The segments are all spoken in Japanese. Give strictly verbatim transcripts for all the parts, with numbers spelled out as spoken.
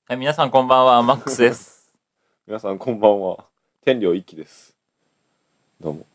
はい、皆さんこんばんは、マックスです。 皆さんこんばんは、天領一揆です。どうも。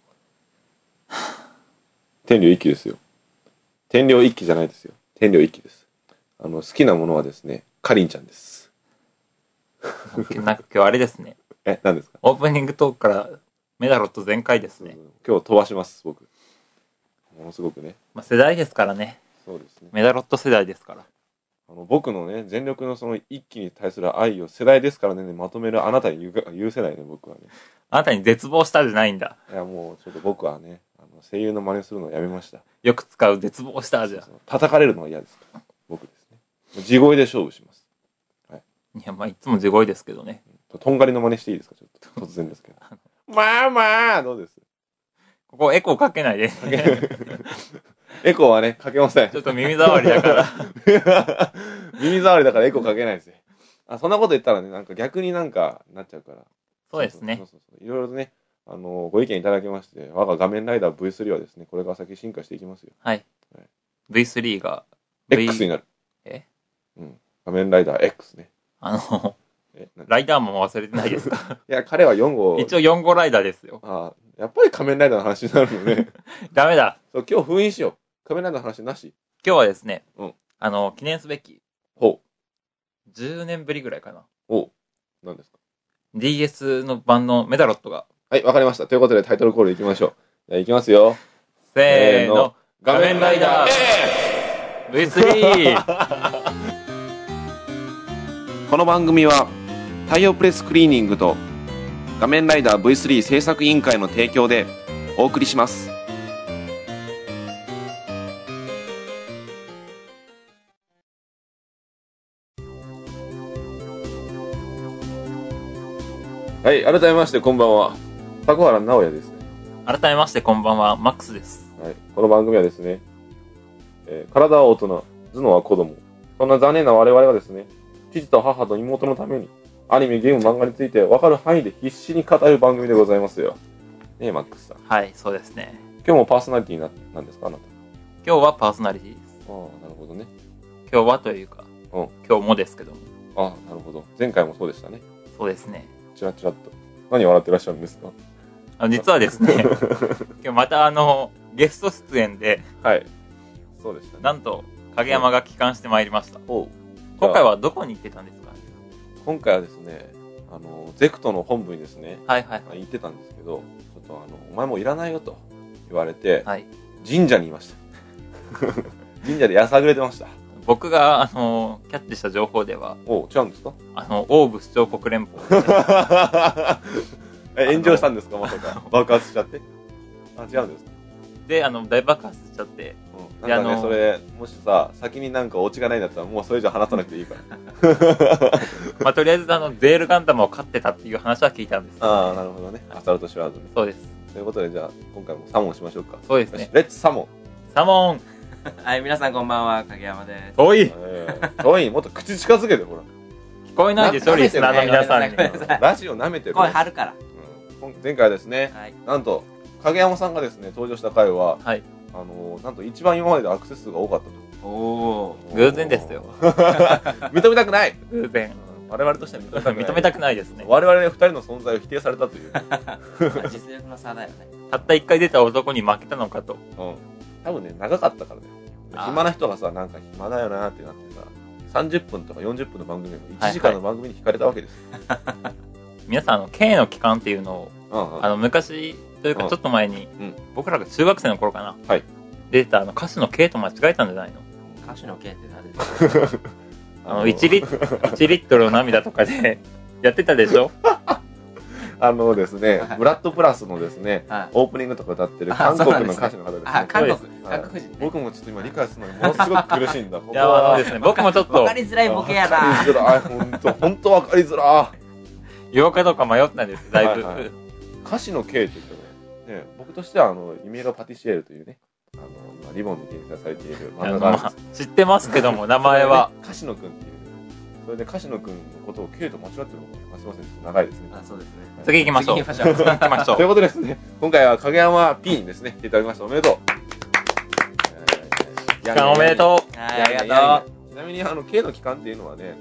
天領一揆ですよ。天領一揆じゃないですよ。天領一揆です。あの、好きなものはですね、かりんちゃんです。 なんか今日あれですね。 え、何ですか？ オープニングトークからメダロット全開ですね。 今日飛ばします、僕。ものすごくね。 まあ、世代ですからね。 そうですね。 メダロット世代ですから。 あの僕のね、全力のその一揆に対する愛を世代ですからね、まとめるあなたに許せないね、僕はね。 あなたに絶望したじゃないんだ。 いや、もうちょっと僕はね、あの声優の真似するのをやめました。 よく使う絶望したじゃん。 叩かれるのは嫌ですから。僕ですね。地声で勝負します。 はい。いや、まあいつも地声ですけどね。 とんがりの真似していいですか、ちょっと突然ですけど。まあまあ、どうです？ ここエコーかけないで。 エコーはね、かけません。 ちょっと耳障りだから。 耳障りだからエコーかけないですよ。あ、そんなこと言ったらね、なんか逆になんかなっちゃうから。 そうですね。 そうそうそう。いろいろとね、あのー、ご意見いただきまして、我が画面ライダー ブイスリー はですね、これから先進化していきますよ。 はい。はい、ブイスリー が、 v、X になる。 えうん。画面ライダー X ね。 あの、ライダーも忘れてないですか？ いや、彼はよん号。 一応よん号ライダーですよ。 ああ、やっぱり仮面ライダーの話になるのね。 ダメだ。 そう、今日封印しよう。仮面ライダーの話なし。 今日はですね、 うん。 あの、記念すべき。 ほう。じゅうねんぶりぐらいかな。 おう。何ですか？ ディーエス の版のメダロットが。 はい、わかりました。ということでタイトルコールいきましょう。じゃあいきますよ。 せーの。画面ライダー ブイスリーこの番組は太陽プレスクリーニングと画面ライダー ブイスリー 制作委員会の提供でお送りします。はい、改めましてこんばんは。迫原直也です。 改めましてこんばんは、マックスです。 はい、この番組はですね、えー、体は大人、頭脳は子供。そんな残念な我々がですね、父と母と妹のためにアニメ、ゲーム、漫画について分かる範囲で必死に語る番組でございますよ。ねえ、マックスさん。 はい、そうですね。 今日もパーソナリティな、なんですか、あなた。 今日はパーソナリティです。 ああ、なるほどね。 今日はというか、うん、今日もですけども。 ああ、なるほど。前回もそうでしたね。 そうですね。 チラチラっと。何笑ってらっしゃるんですか？ あの実はですね、今日またあの、ゲスト出演で、 はい。そうでしたね。 なんと、影山が帰還してまいりました。 おう。 今回はどこに行ってたんですか？ 今回はですね、あの、ゼクトの本部にですね、 はいはい、 行ってたんですけど、ちょっとあの、お前もういらないよと言われて、 はい、 神社にいました。神社でやさぐれてました。 僕が、あの、キャッチした情報では、 おう、違うんですか？ あの、オーブ首長国連邦。 え、炎上したんですか、まさか。爆発しちゃって。あ、違うんですか。 で、あの、大爆発しちゃって、 うん、なんかね、それ、もしさ、先になんかオチがないんだったら、もうそれ以上話さなくていいから。 まあ、とりあえず、あの、ゼールガンダムを飼ってたっていう話は聞いたんです、ね。 ああ、なるほどね。アサルトシュワーズに。 そうです。 ということで、じゃあ、今回もサモンしましょうか。 そうですね。 レッツサモン。 サモンはい、皆さんこんばんは、影山です。 遠い遠い、もっと口近づけて、ほら。 聞こえないでしょ、リスナーの皆さんに。 ラジオ舐めてる。 声張るから。 うん、前回はですね、はい、なんと、影山さんがですね、登場した回は、はい、あのー、なんと一番今まででアクセス数が多かったと。 おー。偶然ですよ。 認めたくない。 偶然。 我々としては認めたくない。 認めたくないですね。 我々二人の存在を否定されたという。 実力の差だよね。 たった一回出た男に負けたのかと。 うん。多分ね、長かったからね。暇な人がさ、なんか暇だよなってなってさ、さんじゅっぷんとかよんじゅっぷんの番組でもいちじかんの番組に惹かれたわけです。 はいはい、皆さん、あの、K の期間っていうのを、うんうん、あの、昔というかちょっと前に、うん、僕らが中学生の頃かな。はい。出てたあの歌手の K と間違えたんじゃないの？ 歌手の K って何ですか？ あの、いちリットルの涙とかでやってたでしょ？ あのですね、ブラッドプラスのですね、オープニングとか歌ってる韓国の歌手の方ですね。 あ、韓国、韓国人。 僕もちょっと今理解するのにものすごく苦しいんだ。 いや、あのですね、僕もちょっと。 わかりづらいボケやな。 わかりづらい、ほんと、ほんとわかりづらい。言おうかどうか迷ったんです、だいぶ。 歌詞の K って言ってね、僕としては、あの、イメロ・パティシエルというね、あの、今、リボンに掲載されている漫画があるんです。 知ってますけども、名前は。 歌詞のくんっていう。それで、歌詞のくんのことを K と間違ってるのかな。すいません、ちょっと長いですね。 あ、そうですね。 次行きましょう。 次行きましょう。次行きましょう。 ということですね、今回は影山 P にですね、来ていただきました。おめでとう。 期間おめでとう。 ありがとう。 ちなみに、あの、K の期間っていうのはね、あの、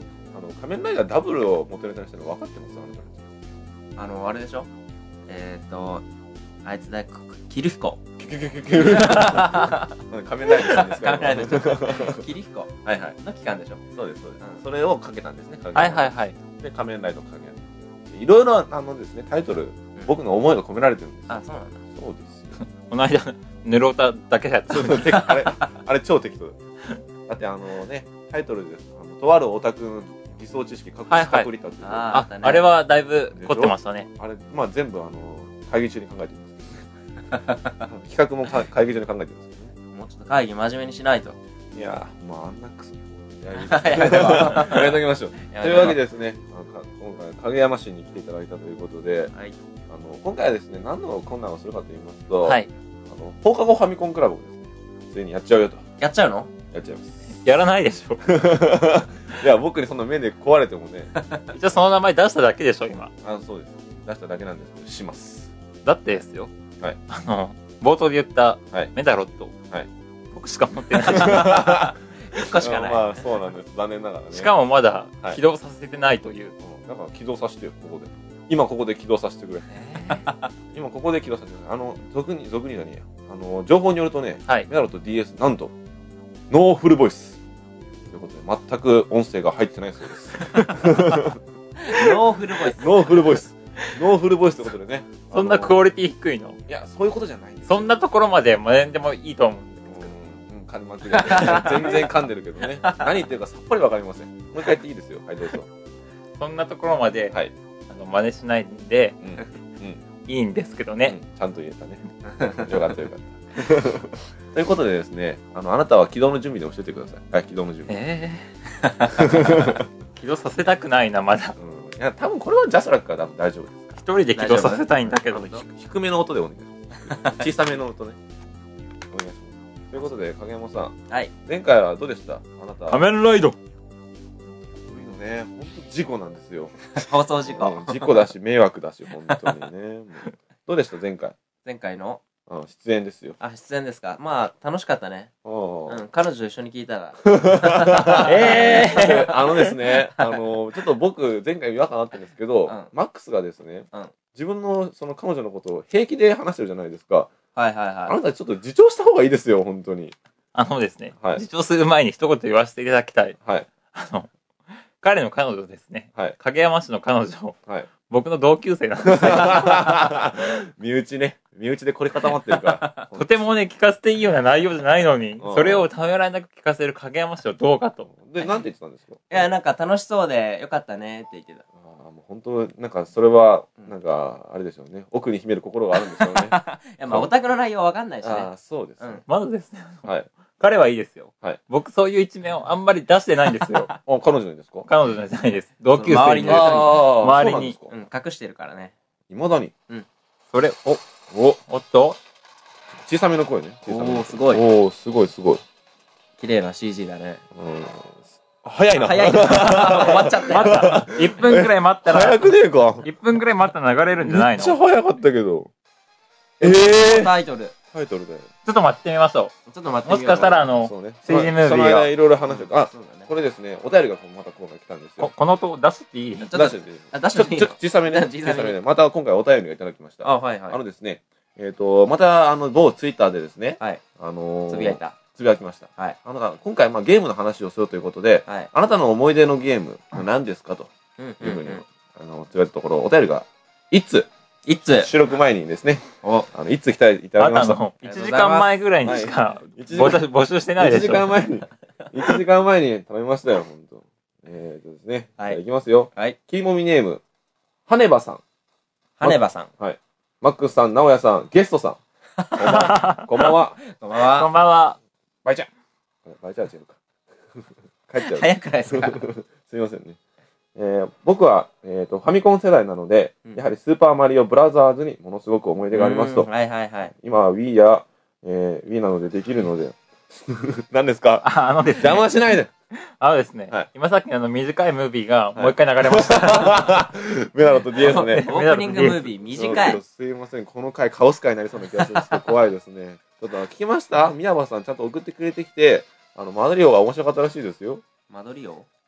の仮面ライダーダブルを元ネタにしてるの分かってますあのあれでしょえっ、ー、とあいつだキルヒコ仮面ライダーさんですか仮面ライダーキルヒコはいはいの期間でしょそうですそうです、うん、それをかけたんですねはいはいはいで仮面ライダーかけいろいろあのですねタイトル、うん、僕の思いが込められてるんですあそうなんだそうですよこの間ヌロータだけだったあれあれ超適当だってあのねタイトルですあのとあるオタクの理想知識隠し隠りたって、 はいはい、あ, あ, ね、あれはだいぶ凝ってましたねあれまあ全部あの会議中に考えてますけどね企画も会議中に考えてますけどねもうちょっと会議真面目にしないといやまああんなクソやめときましょうというわけでですね今回影山市に来ていただいたということで、はい、あの今回はですね何の困難をするかと言いますと、はい、あの放課後ファミコンクラブをですねついにやっちゃうよとやっちゃうのやっちゃいますやらないでしょいや僕にそんな目で壊れてもね一応その名前出しただけでしょ今あそうです出しただけなんですけどしますだってですよはいあの冒頭で言ったメダロット、はい、僕しか持ってないいっこしかないまあそうなんです残念ながらねしかもまだ起動させてないという、 はい、だから起動させてよここで今ここで起動させてくれ、えー、今ここで起動させてくれあの俗に俗にだねあの情報によるとね、はい、メダロット ディーエス なんとノーフルボイスということで全く音声が入ってないそうですノーフルボイスノーフルボイスノーフルボイスということでねそんなクオリティ低いのいやそういうことじゃないんですそんなところまで学んでもいいと思うんうん噛みまくり全然噛んでるけどね何言ってるかさっぱりわかりませんもう一回言っていいですよはいどうぞそんなところまで、はい、あの真似しないんで、うんうん、いいんですけどね、 うん、ちゃんと言えたねよかったよかったということでですねあのあなたは起動の準備で教えてくださいはい起動の準備えー起動させたくないなまだ、 うん、いや多分これはジャスラックは多分大丈夫です一人で起動させたいんだけど低めの音でお願いします小さめの音ねお願いしますということで影山さん、 はい、 前回はどうでしたあなた仮面ライドそういうのね本当事故なんですよ放送事故、 うん、事故だし迷惑だし本当にねどうでした前回前回のあ出演ですよあ出演ですかまあ楽しかったねうん、彼女と一緒に聞いたらええー、あのですねあのちょっと僕前回違和感あったんですけど、うん、マックスがですね、うん、自分のその彼女のことを平気で話してるじゃないですかはいはいはいあなたちょっと自重した方がいいですよ本当にあのですね、はい、自重する前に一言言わせていただきたいはいあの彼の彼女ですね、 はい、 影山市の彼女、 はい、 僕の同級生なんですよ身内ね身内でこれ固まってるからとてもね聞かせていいような内容じゃないのにそれをためらいなく聞かせる影山市をどうかとでなんて言ってたんですかいやなんか楽しそうでよかったねって言ってたああもう本当なんかそれはなんかあれでしょうね奥に秘める心があるんでしょうねいやまあオタクの内容わかんないしねああそうです、ねうん、 まずですねはい彼はいいですよ、 はい、 僕そういう一面をあんまり出してないんですよあ彼女にですか彼女じゃないです同級生周りに周りに、 うん、隠してるからねいまだにうんそれおおおっと小さめの声ね小さめのおおすごいおおすごいすごい綺麗な シージー だねうん早いな早いな終わっちゃった待ったいっぷんくらい待ったら早くねえかいっぷんくらい待ったら流れるんじゃないのめっちゃ早かったけどええー、 タイトルタイトルだよちょっと待ってみましょうちょっと待ってみようもしかしたらあのそうねシージー ムービーがその間いろいろ話してあ、 うんね、 これですねお便りがまた今回来たんですよこ, この音出していい出していい出していいちょっと小さめね小さめねまた今回お便りがいただきましたあはいはいあのですねえっ、ー、とまたあの某ツイッターでですねはいあのー、 つぶやいたつぶやきましたはいあの今回まあゲームの話をするということで、はい、あなたの思い出のゲーム何ですかというふうに、うんうんうん、あのつぶやいたところお便りがいっついつ収録前にですねおあのいつ来たいただきましたいちじかんまえぐらいにしか募集してないでしょいちじかんまえにいちじかんまえに食べましたよ本当えーとですねはい、いきますよはいキーモミネームはねばさんはねばさんはいマックスさん直哉さんゲストさんこんばんはこんばんはこんばんはバイちゃんバイちゃんは違うか帰っちゃう早くないですかすみませんねえー、僕は、えー、とファミコン世代なので、うん、やはりスーパーマリオブラザーズにものすごく思い出がありますと、 はいはいはい、 今は Wii や、えー、Wii なのでできるので何ですかああのですね邪魔しないであのですね、はい、今さっきのあの短いムービーがもう一回流れました、 はい、メダルと ディーエス ねオープニングムービー短いすいませんこの回カオス回になりそうな気がするんですけど怖いですねちょっと聞きました宮場さんちゃんと送ってくれてきてあのマドリオが面白かったらしいですよマドリオ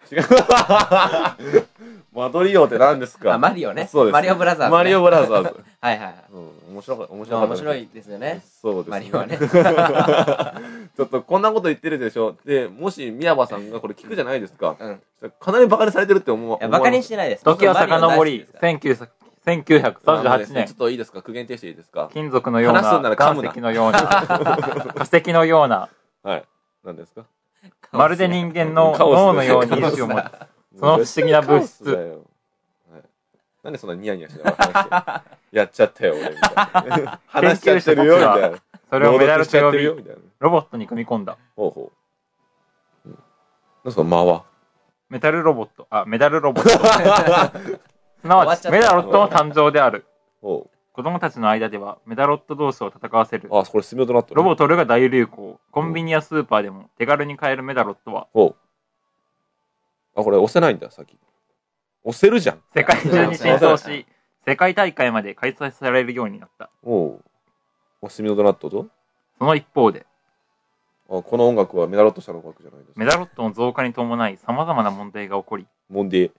違う。マドリオって何ですか？ あ、マリオね。 そうです。 マリオブラザーズ、ね。 マリオブラザーズ。 はいはいはい。 うん、面白かった。面白かった。 面白いですよね。 そうですね。 マリオはね。 ちょっとこんなこと言ってるでしょ。で、もし宮場さんがこれ聞くじゃないですか。 うん。 かなりバカにされてるって思う。 いや、バカにしてないです。 時は遡り、せんきゅうひゃくさんじゅうはちねん。 ちょっといいですか？苦言呈していいですか？ 金属のような、岩石のような、化石のような。 はい。何ですか？ まるで人間の脳のように意志を持つ。その不思議な物質。 はい、なんでそんなニヤニヤしながら話してやっちゃったよ、俺、みたいな。話しちゃってるよ、みたいな。 それをメダルと呼び、ロボットに組み込んだ。 ほうほう。うん、なんすか、間はメタルロボット。あ、メダルロボット。すなわち、メダロットの誕生である。子供たちの間では、メダロット同士を戦わせる。 あ、これスミオドナット、ね。 ロボトルが大流行。コンビニやスーパーでも手軽に買えるメダロットは。 ほう。あ、これ押せないんだ、さっき。押せるじゃん。 世界中に浸透し、世界大会まで開催されるようになった。 おう。スミオドナットとその一方で、 あ、この音楽はメダロット社の音楽じゃないですか。 メダロットの増加に伴い様々な問題が起こり、 問題。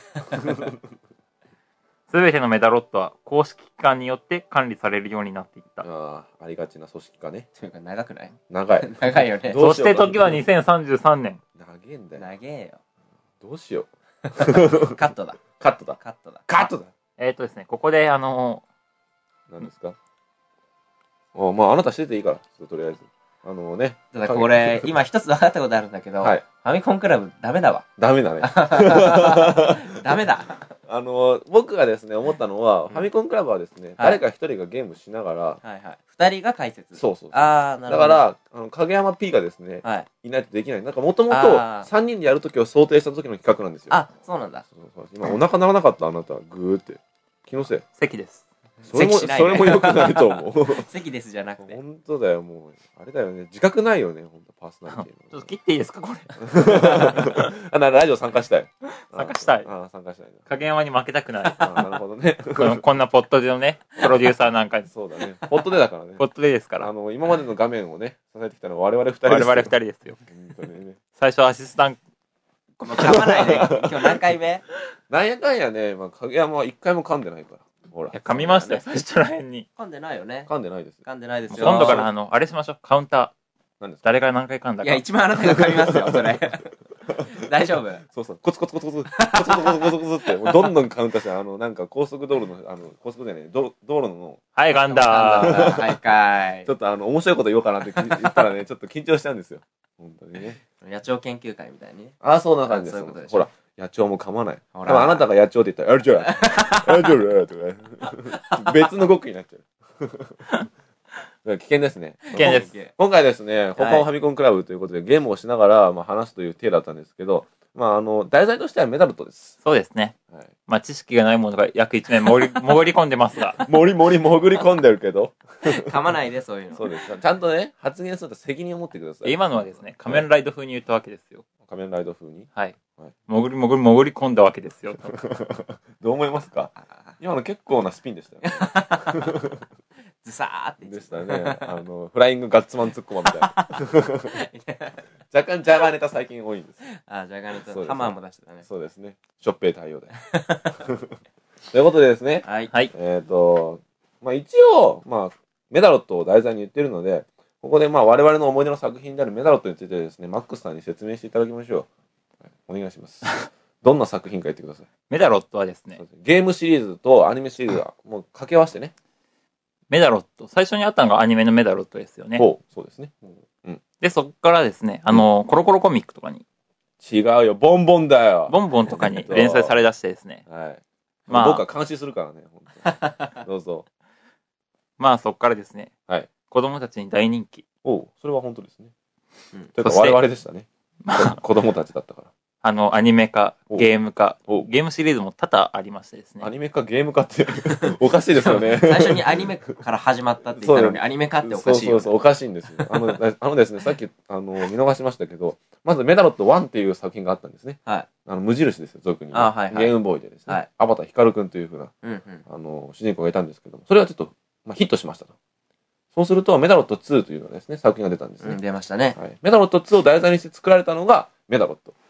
すべてのメダロットは公式機関によって管理されるようになっていった。 ああ、ありがちな組織かね。 というか長くない？ 長い。 長いよね。 そして時はにせんさんじゅうさんねん。 長えんだよ。 長えよ。 どうしよう。カットだ。 カットだ。 カットだ。 カットだ。 えっとですね、ここであのー、何ですか？あ、まああなたしてていいから、とりあえず。あのね。 ただこれ、今一つ分かったことあるんだけど、はい、ファミコンクラブダメだわ。 ダメだね。 ダメだ。 あの、僕がですね、思ったのは、うん、ファミコンクラブはですね、はい、誰か一人がゲームしながら、 はいはい。二人が解説。 そうそうそう。 ああ、なるほど。 だから、あの影山 P がですね、はい、いないとできない。なんかもともとさんにんでやるときを想定した時の企画なんですよ。 あ、そうなんだ。 そうそう今お腹鳴らなかったあなた、グーって。気のせい。 席です。 それも、それも良くないと思う。 席ですじゃなくて。 本当だよ、もう。あれだよね。自覚ないよね、本当パーソナリティの。 ちょっと切っていいですか、これ。 あ、な、ラジオ参加したい。 参加したい。 あ、参加したい。 影山に負けたくない。 あ、なるほどね。 こんなポットでのね、プロデューサーなんかに。 そうだね。ポットでだからね。 ポットでですから。 あの、今までの画面をね、支えてきたのは我々二人です。 我々二人ですよ。最初アシスタント。 この噛まないで。今日何回目？ なんやかんやね、まあ、影山は一回も噛んでないから。ほら。 噛みましたよ、最初らへんに。 噛んでないよね。 噛んでないです。 噛んでないですよ。 今度からあの、あれしましょう、カウンター。 何ですか？ 誰が何回噛んだか。 いや、一番あなたが噛みますよ、それ。大丈夫？ そうそう。コツコツコツコツ、コツコツコツコツコツって、もうどんどんカウンターして、あの、なんか高速道路の、あの、高速じゃない、道路の。 はい、噛んだー。 はいかい。 ちょっとあの、面白いこと言おうかなって言ったらね、ちょっと緊張しちゃうんですよ。本当にね。 野鳥研究会みたいにね。 ああ、そうな感じです。 そういうことでしょ。 ほら。野鳥も噛まない。ほら。あなたが野鳥って言ったら、野鳥野鳥とか。別の語句になっちゃう。危険ですね。 危険です。 今回ですね、他のファミコンクラブということで、ゲームをしながら、まあ、話すという体だったんですけど、まあ、あの、題材としてはメダルトです。 そうですね。はい、まあ、知識がないものが約一面潜り、潜り込んでますが。 もりもり潜り込んでるけど。 噛まないで、そういうの。 そうです。ちゃんとね、発言すると責任を持ってください。 今のはですね、仮面ライド風に言ったわけですよ。 仮面ライド風に？ はい。はい、潜り潜り潜り込んだわけですよ。 どう思いますか？今の結構なスピンでしたよね。 ズサーってでしたね。あの、フライングガッツマンツッコマみたいな。若干ジャガーネタ最近多いんです。 あ、ジャガーネタ。ハマーも出してたね。 そうですね。ショッペイ対応で。ということでですね。 はい。 えっと、まあ一応、まあ、メダロットを題材に言ってるので、ここでまあ我々の思い出の作品であるメダロットについてですね、マックスさんに説明していただきましょう。お願いします。どんな作品か言ってください。 メダロットはですね、 ゲームシリーズとアニメシリーズはもう掛け合わせてね。 メダロット。最初にあったのがアニメのメダロットですよね。 そう、そうですね。 うん。で、そっからですね、あの、コロコロコミックとかに。 違うよ、ボンボンだよ。 ボンボンとかに連載されだしてですね。 はい。まあ、僕は監視するからね、本当に。どうぞ。 まあ、そっからですね。 はい。 子供たちに大人気。 おう、それは本当ですね。うん。というか、我々でしたね。まあ、子供たちだったから。 あの、アニメ化、ゲーム化、ゲームシリーズも多々ありましてですね。 アニメ化、ゲーム化っておかしいですよね。 最初にアニメから始まったって言ったのに、アニメ化っておかしいよ、ね。 そうそうそう、おかしいんですよ。あの、あのですね、さっき、あの、見逃しましたけど、まずメダロットワンっていう作品があったんですね。 はい。 あの、無印ですよ、俗に。 あ、はいはい。 ゲームボーイでですね。はい。アバターヒカルくんというふうな、うんうん、あの、主人公がいたんですけども、それはちょっと、まあ、ヒットしましたと。そうすると、メダロットツーというのがですね、作品が出たんですね。 うん、出ましたね。 はい。メダロットツーを題材にして作られたのが、メダロット。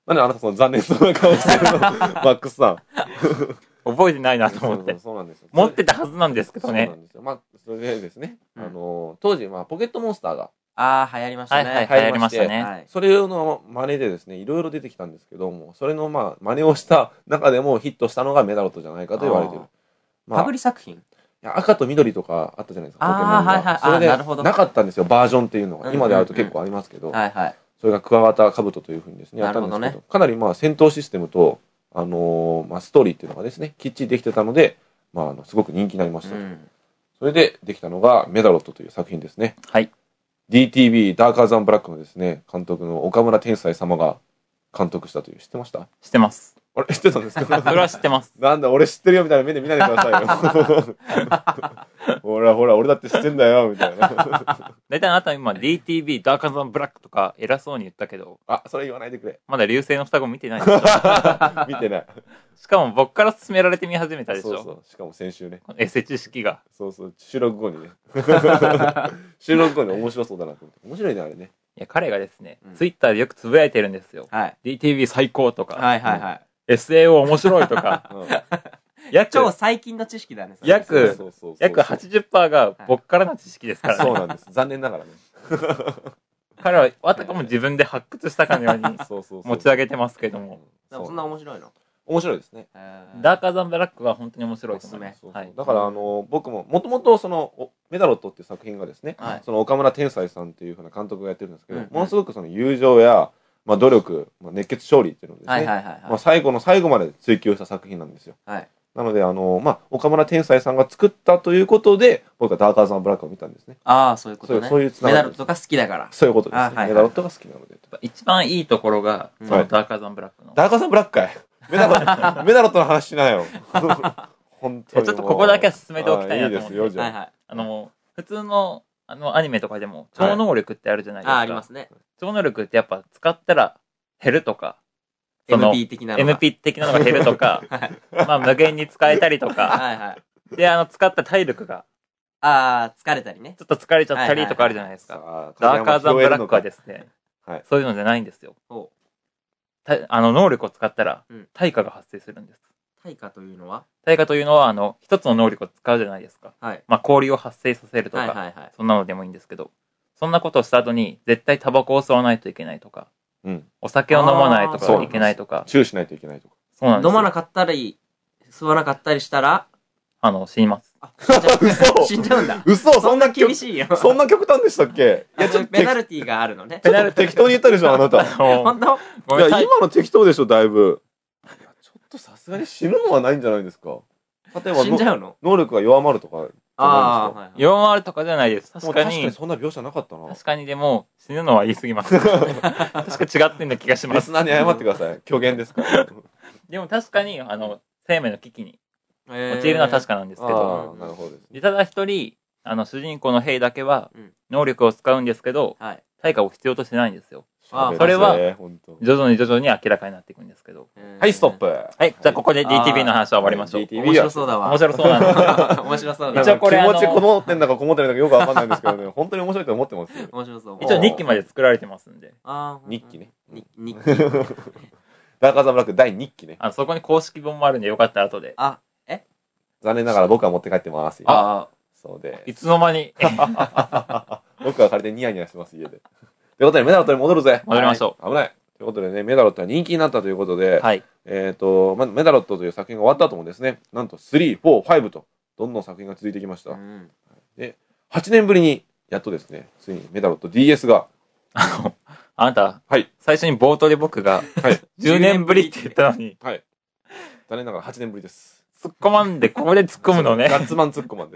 なんであなたその残念そうな顔してるのマックスさん。 覚えてないなと思って。 そうなんですよ。 持ってたはずなんですけどね。 そうなんですよ。まあ、それでですね、うん、あの、当時、まあ、ポケットモンスターが、 ああ、流行りましたね。 はいはい、流行りましたね。はい、 それの真似でですね、いろいろ出てきたんですけども、それのまあ、真似をした中でもヒットしたのがメダロットじゃないかと言われている。 まあ、パブリ作品いや赤と緑とかあったじゃないですか、 ポケモンが。ああ、はいはい。 それで、なかったんですよ、バージョンっていうのが。今であると結構ありますけど、 はいはい。 それがクワガタカブトというふうにですね、やったんですけど、ね、かなりまあ、戦闘システムと、あのー、まあ、ストーリーっていうのがですね、きっちりできてたので、まあ、あの、すごく人気になりました。うん、それでできたのがメダロットという作品ですね。 はい。 ディーティービー ダーカーザンブラックのですね、監督の岡村天才様が監督したという、知ってました？ 知ってます。 あれ知ってたんですか？ それは知ってます。 なんだ、俺知ってるよみたいな目で見ないでくださいよ。ほらほら、俺だって知ってんだよ、みたいな。 大体あなた今 ディーティービー ダーカーザンブラックとか偉そうに言ったけど。 あ、それ言わないでくれ。 まだ流星の双子見てないでしょ。 見てない。 しかも僕から勧められて見始めたでしょ。 そうそう。しかも先週ね。 エセ知識が。 そうそう。収録後にね。収録後に面白そうだなと思って。面白いね、あれね。 いや、彼がですね、うん、ツイッターでよくつぶやいてるんですよ。はい。ディーティービー 最高とか。 はいはいはい。 エスエーオー 面白いとか。うん、 約超最近の知識だね。 約、約 はちじゅっパーセント が僕からの知識ですからね。そうなんです。残念ながらね。 彼はあたかも自分で発掘したかのように持ち上げてますけども。 そんな面白いの？ 面白いですね。 ダーカーザンブラックは本当に面白いと思います。 だからあの僕ももともとそのメダロットっていう作品がですね、はい、その岡村天才さんっていう風な監督がやってるんですけど、うんうん、ものすごくその友情やまあ努力、まあ、熱血勝利っていうのをですね、まあ最後の最後まで追求した作品なんですよ。はい、なのであのまあ岡村天才さんが作ったということで僕はダーカーザンブラックを見たんですね。 ああそういうことね。 そういうメダロットが好きだから。 そういうことですね。はいはい、メダロットが好きなので。 一番いいところがそのダーカーザンブラックの。 ダーカーザンブラックかい。メダロットメダロットの話しなよ。 本当にちょっとここだけは進めておきたいなと思って。 いいですよ、じゃあ。 はいはい、あの普通のあのアニメとかでも超能力ってあるじゃないですか。 はい、あ, ありますね。 超能力ってやっぱ使ったら減るとか、 エムピー 的なのがエムピー 的なのが減るとか、はい、まあ無限に使えたりとか、はいはい、であの使った体力がああ疲れたりね。 ちょっと疲れちゃったりとかあるじゃないですか。はいはいはい、ダーカーザンブラックはですね、はい、そういうのじゃないんですよ。あの能力を使ったら対価が発生するんです。 対価というのは？ 対価というのはあの一つの能力を使うじゃないですか。はい、まあ氷を発生させるとか、はいはいはい、そんなのでもいいんですけど、そんなことをした後に絶対タバコを吸わないといけないとか、うん、お酒を飲まないとかいけないとか、 チューしないといけないとか。 そうなんです。 飲まなかったり吸わなかったりしたらあの死にます。 あ、嘘死んじゃうんだ。 嘘そんな厳しいよ。 そんな極端でしたっけ？ いやちょっとペナルティーがあるのね。 ペナルティ適当に言ったでしょあなた。 本当？ いや今の適当でしょだいぶ。ちょっとさすがに死ぬのはないんじゃないですか。 例えば死んじゃうの？ 能力が弱まるとか。 ああ、弱まるとかじゃないです。確かに。 確かにそんな描写なかったな。 確かにでも死ぬのは言い過ぎます。確か違ってんな気がします。 リスナーに謝ってください。虚言ですから。 でも確かにあの生命の危機に陥るのは確かなんですけど、 なるほどですね、 ただ一人あの主人公の兵だけは能力を使うんですけど、うん、対価を必要としてないんですよ。あそれは徐々に徐々に明らかになっていくんですけど。 はいストップ。 はい、じゃあここで ディーティービー の話は終わりましょう。 面白そうだわ。 面白そうなんで面白そうだ。 一応これ気持ちこもってんだかこもってないんだかよくわかんないんですけどね。本当に面白いと思ってますよ。 面白そう。 一応日記まで作られてますんで。 あ日記ね。 日記。 ダーカーザンブラックだいにきね。 あそこに公式本もあるんでよかったら後で。 あ、え？ 残念ながら僕は持って帰ってます。 ああ、 そうで。 いつの間に。 僕は借りてニヤニヤしてます家で。ということでメダロットに戻るぜ。 戻りましょう。危ない。ということでね、メダロットは人気になったということで、 はい、 えっ、ー、と、ま、メダロットという作品が終わった後もですね、なんとさん、よん、ごと、どんどん作品が続いてきました。うん、で、はちねんぶりに、やっとですね、ついにメダロット ディーエス が、 あの、あなた、 はい、 最初に冒頭で僕が、はい、じゅうねんぶりって言ったのに、 はい。残念ながらはちねんぶりです。 突っ込まんで、ここで突っ込むのね。 ガッツマン突っ込まんです。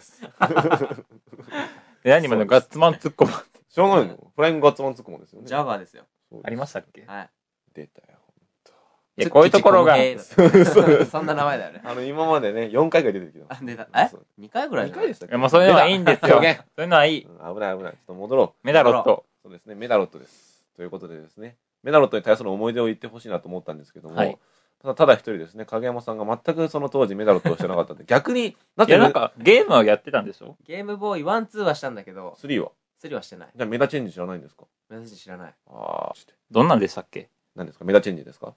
何今のガッツマン突っ込まんって。 しょうがないのフライングガッツマン突っ込まんですよね。 ジャガーですよ。 ありましたっけ？ はい。 出たよ、ほんと。 いや、こういうところが。 そんな名前だよね。 あの、今までね、よんかいぐらい出てきた。 あ、出た。え ?に 回ぐらい？ に 回でしたっけ？ いや、もうそういうのはいいんですよ。そういうのはいい。 危ない危ない。ちょっと戻ろう。 メダロット。 そうですね、メダロットです。ということでですね、メダロットに対する思い出を言ってほしいなと思ったんですけども、はい、ただただ一人ですね、影山さんが全くその当時メダロットをしてなかったんで、逆に、 だって、いや、なんか、ゲームはやってたんでしょ？ ゲームボーイワン、ツーはしたんだけど、 スリーはスリーはしてない。 じゃあメダチェンジ知らないんですか？ メダチェンジ知らない。 ああ。 どんなんでしたっけ？ 何ですか？メダチェンジですか？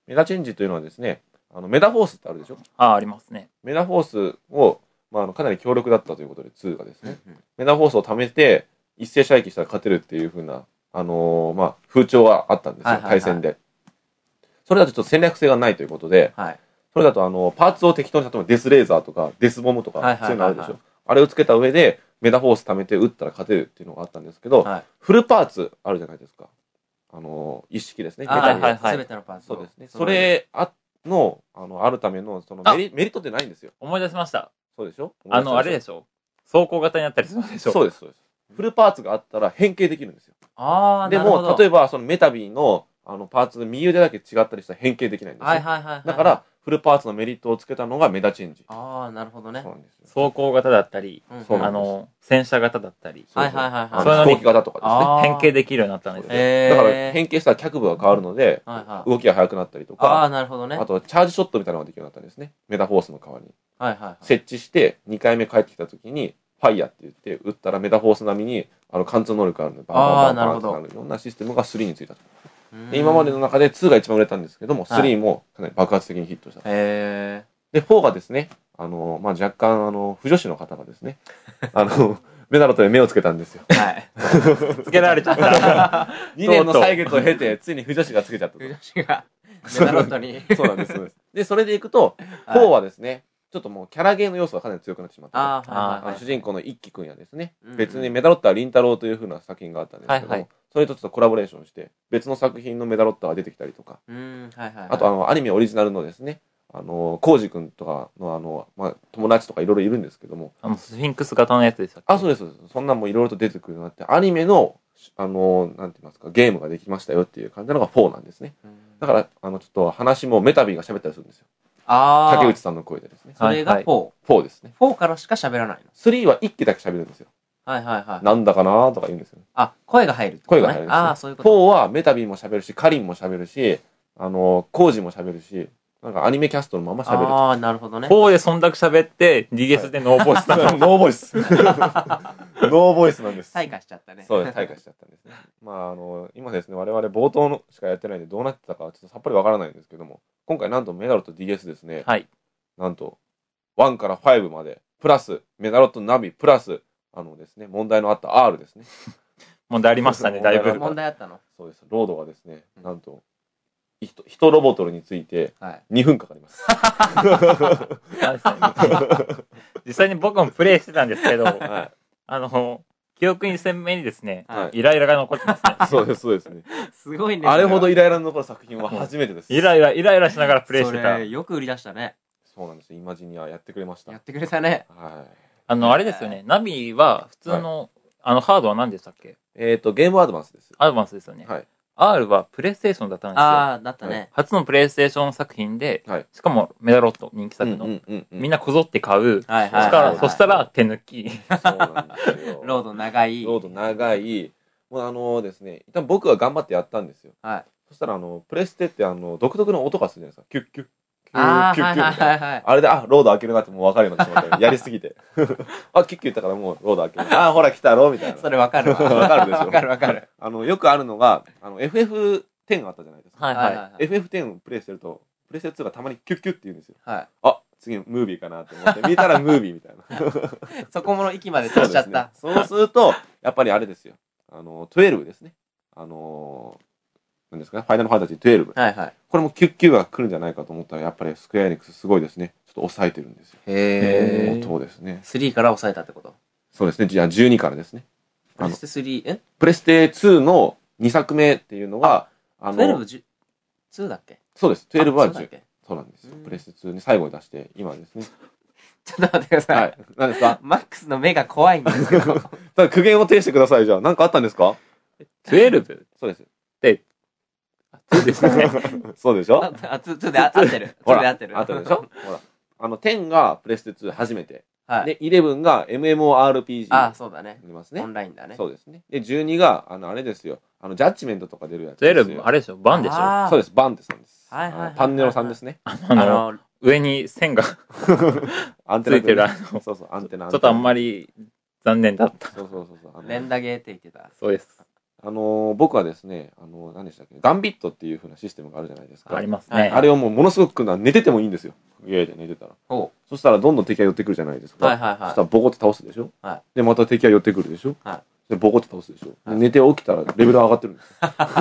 メダチェンジというのはですね、あのメダフォースってあるでしょ。 ああ、ありますね。 メダフォースを、まあ、あのかなり強力だったということでツーがですね、うんうん、メダフォースを貯めて一斉射撃したら勝てるっていう風な、あのー、まあ、風潮があったんですよ、はいはいはい、対戦で。それだとちょっと戦略性がないということで、はい、それだとあのパーツを適当に、例えばデスレーザーとかデスボムとか、はいはいはいはい、そういうのあるでしょ。あれをつけた上でメダフォース貯めて撃ったら勝てるっていうのがあったんですけど、はい、フルパーツあるじゃないですか。あのー、一式ですね。メタに全てのパーツ。 そうですね。それあの、あの、あるための、そのメリ、メリットってないんですよ。 思い出しました。 そうでしょ。 あの、あれでしょ。走行型になったりするでしょ。 そうです、そうです。フルパーツがあったら変形できるんですよ。ああ、でも、例えば、そのメタビーの、あの、パーツの右腕だけ違ったりしたら変形できないんですよ。はいはいはい、はい。だから、フルパーツのメリットをつけたのがメダチェンジ。 ああ、なるほどね。 そうなんですよ。 走行型だったり、うん、あの、戦車型だったり。 はいはいはいはい。 そういうの飛行機型とかですね。変形できるようになったんですよ。 えー、だから変形したら脚部が変わるので、はいはい、動きが速くなったりとか。 ああ、なるほどね。 あと、チャージショットみたいなのができるようになったんですね。メダフォースの代わりに。 はいはい、はい。 設置して、にかいめ帰ってきた時に、ファイヤーって言って、撃ったらメダフォース並みに、あの、貫通能力があるので、バンバンバンバンってなるようなシステムがスリーについたと。で今までの中でツーが一番売れたんですけども、スリーもかなり爆発的にヒットした。へで、フォーがですね、あの、まあ、若干、あの、不女子の方がですね、あの、メダロットで目をつけたんですよ。はい。 つけられちゃった。 にねんの歳月を経て、ついに不女子がつけちゃったと。 不女子が、メダロットに。 そうなんです、そうです。で、それでいくと、フォーはですね、ちょっともうキャラゲーの要素がかなり強くなってしまった。ああ、はいはい。主人公の一輝くんやですね、うんうん、別にメダロッタはリンタロウという風な作品があったんですけども、はいはい、それとちょっとコラボレーションして、別の作品のメダロッタが出てきたりとか、うんはいはいはい、あとあの、アニメオリジナルのですね、あの、コウジくんとかのあの、まあ、友達とかいろいろいるんですけども。 あの、スフィンクス型のやつでしたっけ？ あ、そうです、そうです。そんなんもいろいろと出てくるようになって、アニメの、あの、なんて言いますか、ゲームができましたよっていう感じなのがフォーなんですね。だから、あの、ちょっと話もメタビーが喋ったりするんですよ。ああ。竹内さんの声でですね。 それがフォー。はい、 フォーですね。 フォーからしか喋らないの？ スリーは一機だけ喋るんですよ。はいはいはい。なんだかなーとか言うんですよ。 あ、声が入るってことね。声が入るんです、ね。ああ、そういうこと。 フォーはメタビーも喋るし、カリンも喋るし、あの、コウジも喋るし、なんかアニメキャストのまま喋る。 ああ、なるほどね。 フォーで忖度喋って、ディーエス でノーボイス。 ノーボイス。ノーボイスなんです。 退化しちゃったね。 そうです、退化しちゃったんですね。まあ、あの、今ですね、我々冒頭のしかやってないんで、どうなってたかちょっとさっぱりわからないんですけども、今回なんとメダロット ディーエス ですね。はい。なんと、ワンからファイブまで、プラス、メダロットナビ、プラス、あのですね、問題のあった R ですね。 問題ありましたね、だいぶ。 問題あったの？ そうです。ロードがですね、なんと、人ロボトルについてにふんかかります。 実際に僕もプレイしてたんですけど、はい、あの、記憶に鮮明にですね、はい、イライラが残ってますね。 そうです、そうですね。 すごいね。 あれほどイライラの残る作品は初めてです。 イライラ、イライラしながらプレイしてた。 それよく売り出したね。 そうなんです。イマジニアやってくれました。 やってくれたね。 はい。あの、あれですよね。ナビは普通の、はい、あの、ハードは何でしたっけ？ えっと、ゲームアドバンスです。 アドバンスですよね。はい。R はプレイステーションだったんですよ。 ああ、だったね。 初のプレイステーション作品で、はい、しかもメダロット人気作の、うんうんうんうん、みんなこぞって買う。はいはいはいはい、そしたら手抜き。そうなんですよ。ロード長い。 ロード長い。もうあのですね、一旦僕が頑張ってやったんですよ。はい。そしたらあの、プレステってあの、独特の音がするじゃないですか。キュッキュッ。キュッキュッキュッみたいな。あれで、あ、ロード開けるなってもう分かるようになってしまった。やりすぎて。あ、キュッキュッ言ったからもうロード開ける。あ、ほら来たろみたいな。 それ分かるわ。 分かるでしょ。 分かる分かる。 あの、よくあるのが、あの、エフエフテン あったじゃないですか。はいはいはい。エフエフテン をプレイしてると、プレイステツーがたまにキュッキュッって言うんですよ。はい。あ、次ムービーかなって思って、見たらムービーみたいな。 そこもの域まで達しちゃった。 そうですね。そうすると、やっぱりあれですよ。あの、じゅうにですね。あのー、なんですかね、ファイナルファンタジーじゅうに。はいはい。これもキュッキュが来るんじゃないかと思ったら、やっぱりスクエアエニックスすごいですね。ちょっと抑えてるんですよ。へー。音をですね。 スリーから抑えたってこと？ そうですね。じゃあじゅうにからですね。 プレステスリー、えプレステツーのにさくめっていうのが、 あの、じゅうに、じゅうだっけ？ そうです。じゅうにはじゅう。そうなんですよ。プレステツーに最後に出して、今ですね。 ちょっと待ってください。はい。 何ですか？ マックスの目が怖いんですけど。 ただ苦言を呈してください、じゃあ。何かあったんですか？ じゅうに？ そうです。 で、そうですね。 そうでしょ？ あ、にで合ってる。にで合ってる。 合ってるでしょ？ほら。あの、じゅうがプレステツー初めて。はい。で、じゅうが エムエムオーアールピージー。 あ、そうだね。 出ますね。 オンラインだね。 そうですね。で、じゅうにが、あの、あれですよ。あの、ジャッジメントとか出るやつ。 じゅうに、あれでしょ？バンでしょ？ そうです。バンってさんです。はいはい。パンネロさんですね。 あの、上に線がアンテナついてる。 そうそう、アンテナ。 ちょっとあんまり残念だった。 そうそうそうそう。 連打ゲーって言ってた。 そうです。 あのー、僕はですね、あのー、何でしたっけ、ガンビットっていう風なシステムがあるじゃないですか。 ありますね。 あれをもうものすごく寝ててもいいんですよ。家で寝てたら。そしたらどんどん敵が寄ってくるじゃないですか。はいはいはい。そしたらボコって倒すでしょ。はい。で、また敵が寄ってくるでしょ。はい。で、ボコって倒すでしょ。はい、寝て起きたらレベル上がってるんですよ。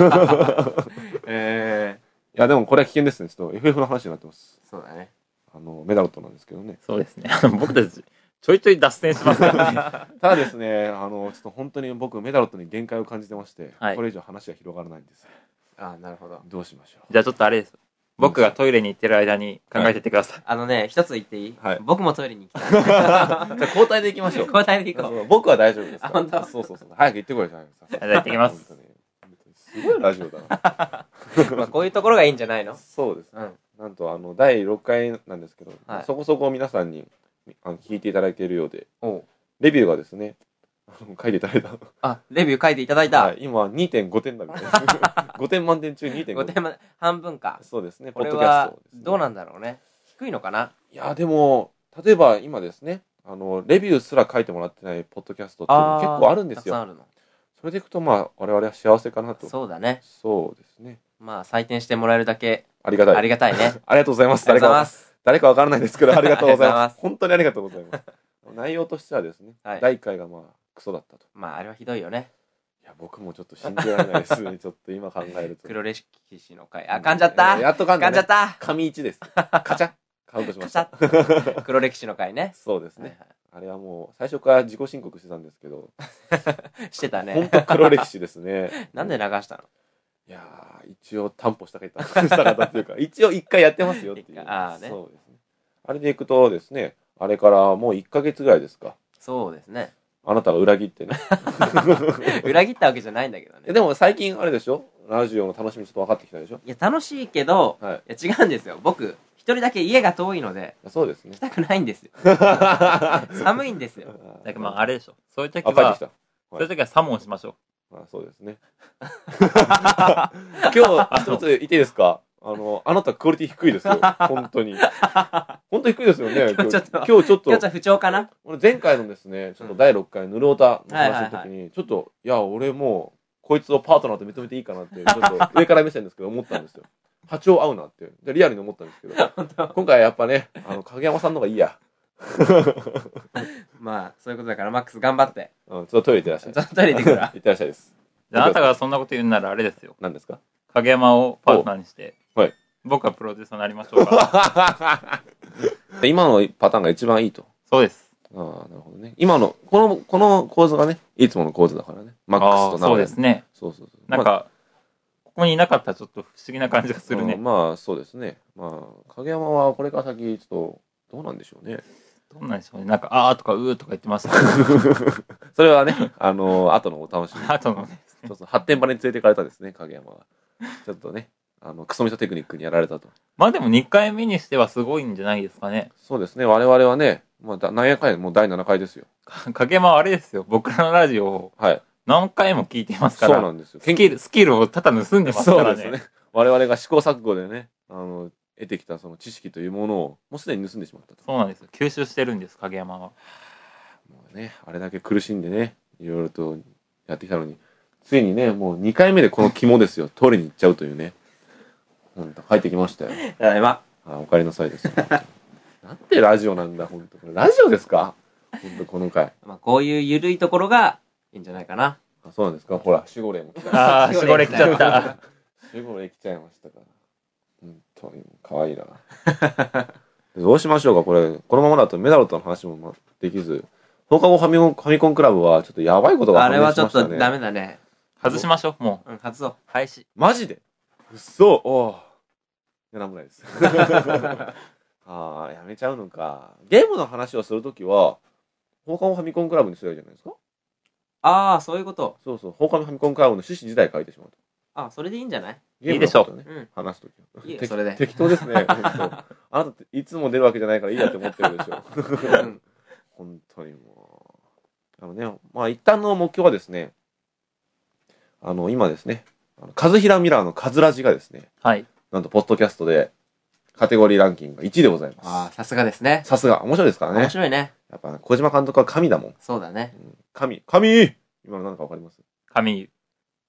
えー。いや、でもこれは危険ですね。ちょっと エフエフ の話になってます。 そうだね。 あの、メダロットなんですけどね。 そうですね。あの、僕たち、ちょいちょい脱線しますからね。 ただですね、あの、ちょっと本当に僕、メダロットに限界を感じてまして、はい、これ以上話が広がらないんです。 ああ、なるほど。 どうしましょう。 じゃあちょっとあれです。僕がトイレに行ってる間に考えてってください。はい、 あのね、一つ言っていい？はい。僕もトイレに行きたい。 じゃあ交代で行きましょう。 交代で行こう。 僕は大丈夫です。 あ、本当？ そうそうそう。早く行ってこいじゃないですか。 じゃあ行ってきます。 すごいラジオだな。 まあこういうところがいいんじゃないの？ そうです。うん。なんと、あの、だいろっかいなんですけど、はい、そこそこ皆さんにあの聞いていただいているようで、レビューがですね、書いていただいた。 あ、レビュー書いていただいた。はい、 今 にてんご 点だみたいな。ごてん満点中 にてんご。 ごてん満点、半分か。 そうですね、 ポッドキャスト、ね。どうなんだろうね。低いのかな？ いや、でも、例えば今ですね、あの、レビューすら書いてもらってないポッドキャストって結構あるんですよ。たくさんあるの。それでいくと、まあ、我々は幸せかなと。 そうだね。 そうですね。 まあ、採点してもらえるだけ。 ありがたい。 ありがたいね。 ありがとうございます。 ありがとうございます。 誰かわからないですけど、ありがとうございます。本当にありがとうございます。内容としてはですね、はい、だいいっかいがまあ、クソだったと。 まあ、あれはひどいよね。 いや、僕もちょっと信じられないですね。ちょっと今考えると。 黒歴史の回。あ、噛んじゃった。 やっと噛んだ、 ね。噛んじゃった。 紙一です。カチャカウントしました。 黒歴史の回ね。 そうですね。はいはい、あれはもう、最初から自己申告してたんですけど。 してたね。 本当黒歴史ですね。 なんで流したの？ いやー、一応担保したかった、したかったっていうか、一応一回やってますよっていう。 ああね。 そうですね。あれでいくとですね、あれからもういっかげつぐらいですか。 そうですね。 あなたが裏切ってね。 裏切ったわけじゃないんだけどね。 でも最近あれでしょ？ラジオの楽しみちょっと分かってきたでしょ？ いや、楽しいけど、はい、いや違うんですよ。僕、一人だけ家が遠いので、 そうですね。 来たくないんですよ。寒いんですよ。 だからまああれでしょ。そういう時は、はい、そういう時はサモンしましょう。 あ、そうですね。今日、一つ言っていいですか？あの、あなたクオリティ低いですよ。本当に。本当に低いですよね。 今日ちょっと。 今日ちょっと。 今日ちょっと不調かな？ 前回のですね、ちょっとだいろっかいぬるおたの話の時に、ちょっと、いや、俺もう、こいつをパートナーと認めていいかなって、ちょっと上から目線ですけど思ったんですよ。波長合うなって。で、リアルに思ったんですけど。今回やっぱね、あの、影山さんの方がいいや。 まあ、そういうことだから、マックス頑張って。 うん、ちょっとトイレ行ってらっしゃい。 ちょっとトイレ行ってくるわ。 行ってらっしゃいです。 あなたがそんなこと言うならあれですよ。 何ですか？ 影山をパートナーにして、 はい、 僕はプロデューサーになりましょうか。 今のパターンが一番いいと。 そうです。 ああ、なるほどね。今の、この、この構図がね、いつもの構図だからね。マックスとナオ。 そうですね。 そうそうそう。 なんか、まあ、ここにいなかったらちょっと不思議な感じがするね。 まあ、そうですね。まあ、影山はこれから先、ちょっと、どうなんでしょうね。 どうなんでしょうね。なんか、あーとかうーとか言ってました。 それはね、あのー、後のお楽しみ。 後のね。 そうそう、発展場に連れてかれたですね、影山は。ちょっとね、あの、クソみそテクニックにやられたと。 まあでもにかいめにしてはすごいんじゃないですかね。 そうですね、我々はね、まあ、なんやかんやもうだいななかいですよ。 影山はあれですよ、僕らのラジオを何回も聞いてますから。 そうなんですよ。 スキル、スキルをただ盗んでますからね。 そうですね。我々が試行錯誤でね、あの、得てきたその知識というものをもうすでに盗んでしまったと。 そうなんですよ。吸収してるんです、影山は。もうね、あれだけ苦しんでね、いろいろとやってきたのに、ついにね、もうにかいめでこの肝ですよ、取りに行っちゃうというね。ほんと、帰ってきましたよ。 ただいま。 あ、お帰りなさいです。なんてラジオなんだ、ほんと。これラジオですか？ほんと、この回。 まあ、こういう緩いところがいいんじゃないかな。 あ、そうなんですか？ほら、守護霊も来た。 ああ、守護霊来ちゃった。 守護霊来ちゃいましたから。本当に、かわいいな。どうしましょうか、これ。このままだとメダルとの話もできず、放課後ファミコン、ファミコンクラブはちょっとやばいことが判明しましたね。あれはちょっとダメだね。 外しましょう、もう。うん、外そう。 廃止。 マジで？うっそ、おぉ。いや、なんもないです。ああ、やめちゃうのか。ゲームの話をするときは、放課後ファミコンクラブにすればいいじゃないですか？ ああ、そういうこと。 そうそう、放課後ファミコンクラブの趣旨自体書いてしまうと。 あ、それでいいんじゃない？ いいでしょう。 ね、うん、話すとき。 いいよ、それで。 適当ですね。あなたっていつも出るわけじゃないからいいやって思ってるでしょ。うん、本当にもう。あのね、まあ一旦の目標はですね、あの、今ですね、あのカズヒラミラーのカズラジがですね、 はい。 なんと、ポッドキャストで、カテゴリーランキングがいちいでございます。 ああ、さすがですね。 さすが。面白いですからね。 面白いね。 やっぱ、小島監督は神だもん。 そうだね。 うん、神。神今の何かわかります？ 神。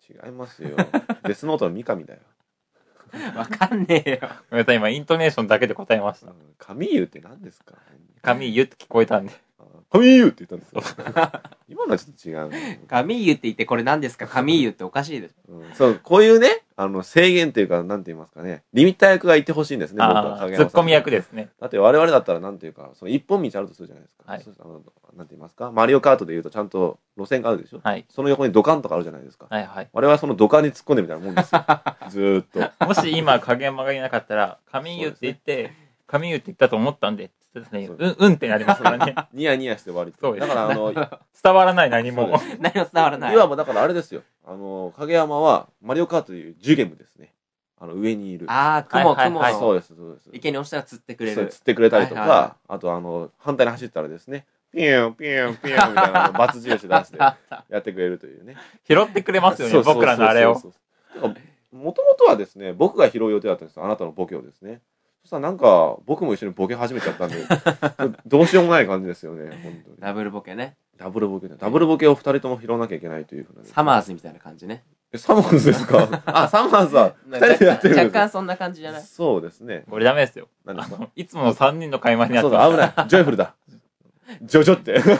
違いますよ。デスノートの三上だよ。 わかんねえよ。 ごめんなさい、今イントネーションだけで答えました。 カミーユって何ですか？ カミーユって聞こえたんで。 カミーユって言ったんですよ。今のはちょっと違う、ね。 カミーユって言ってこれ何ですか？カミーユっておかしいでしょ。 うん、そう、こういうね、あの、制限っていうか、なんて言いますかね、リミッター役がいてほしいんですね、僕は。 ツッコミ役ですね。 だって我々だったらなんていうか、その一本道あるとするじゃないですか。はい、あのなんて言いますか、マリオカートで言うとちゃんと路線があるでしょ。はい。その横にドカンとかあるじゃないですか。はいはい。我々はそのドカンに突っ込んでみたいなもんですよ。ずーっと。 もし今、影山がいなかったら、カミーユって言って、カミーユって言ったと思ったんで、ですね、う、うんってなりますからね。 ニヤニヤして終わり。そうです。だからあの、 伝わらない何も。 何も伝わらない。 いわばだからあれですよ。あの、影山はマリオカートというジュゲムですね。あの、上にいる。 ああ、雲、雲。 はい、そうです、そうです。 池に押したら釣ってくれる。 そう、釣ってくれたりとか、あとあの、反対に走ったらですね、ピュン、ピュン、ピュンみたいなバツ印出してやってくれるというね。 拾ってくれますよね、僕らのあれを。 もともとはですね、僕が拾う予定だったんですよ。あなたのボケをですね。そしたらなんか、僕も一緒にボケ始めちゃったんで、どうしようもない感じですよね、本当に。 ダブルボケね。 ダブルボケね。ダブルボケを二人とも拾わなきゃいけないというふうな。 サマーズみたいな感じね。 え、サマーズですか？あ、サマーズは二人でやってるんです。 若干そんな感じじゃない？ そうですね。 これダメですよ。 何ですか？ いつもの三人の会話になってます。そうだ、危ない。ジョイフルだ。ジョジョって。ジ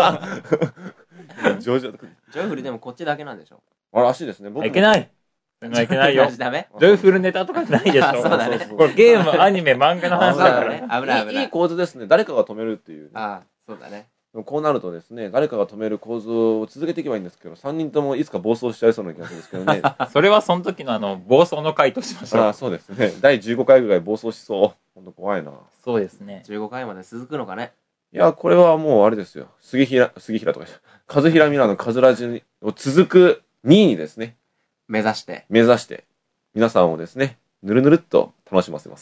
ョジョ。 ジョイフルでもこっちだけなんでしょ？ あらしいですね。 僕いけない。いけないよ。 ダメ？ ジョイフルネタとかないでしょ。 そうだね。 これゲーム、アニメ、漫画の話だからね。 危ない危ない。 いい構図ですね。誰かが止めるっていう。 ああ、そうだね。 こうなるとですね、誰かが止める構図を続けていけばいいんですけど、さんにんともいつか暴走しちゃいそうな気がするんですけどね。 それはその時のあの、暴走の回としましょう。 ああ、そうですね。だいじゅうごかいぐらい暴走しそう。ほんと怖いな。 そうですね。 じゅうごかいまで続くのかね。 いや、これはもうあれですよ。杉平、杉平とか、和平ミラのカズラジを続くにいにですね。 目指して。 目指して。皆さんをですね、ぬるぬるっと楽しませます。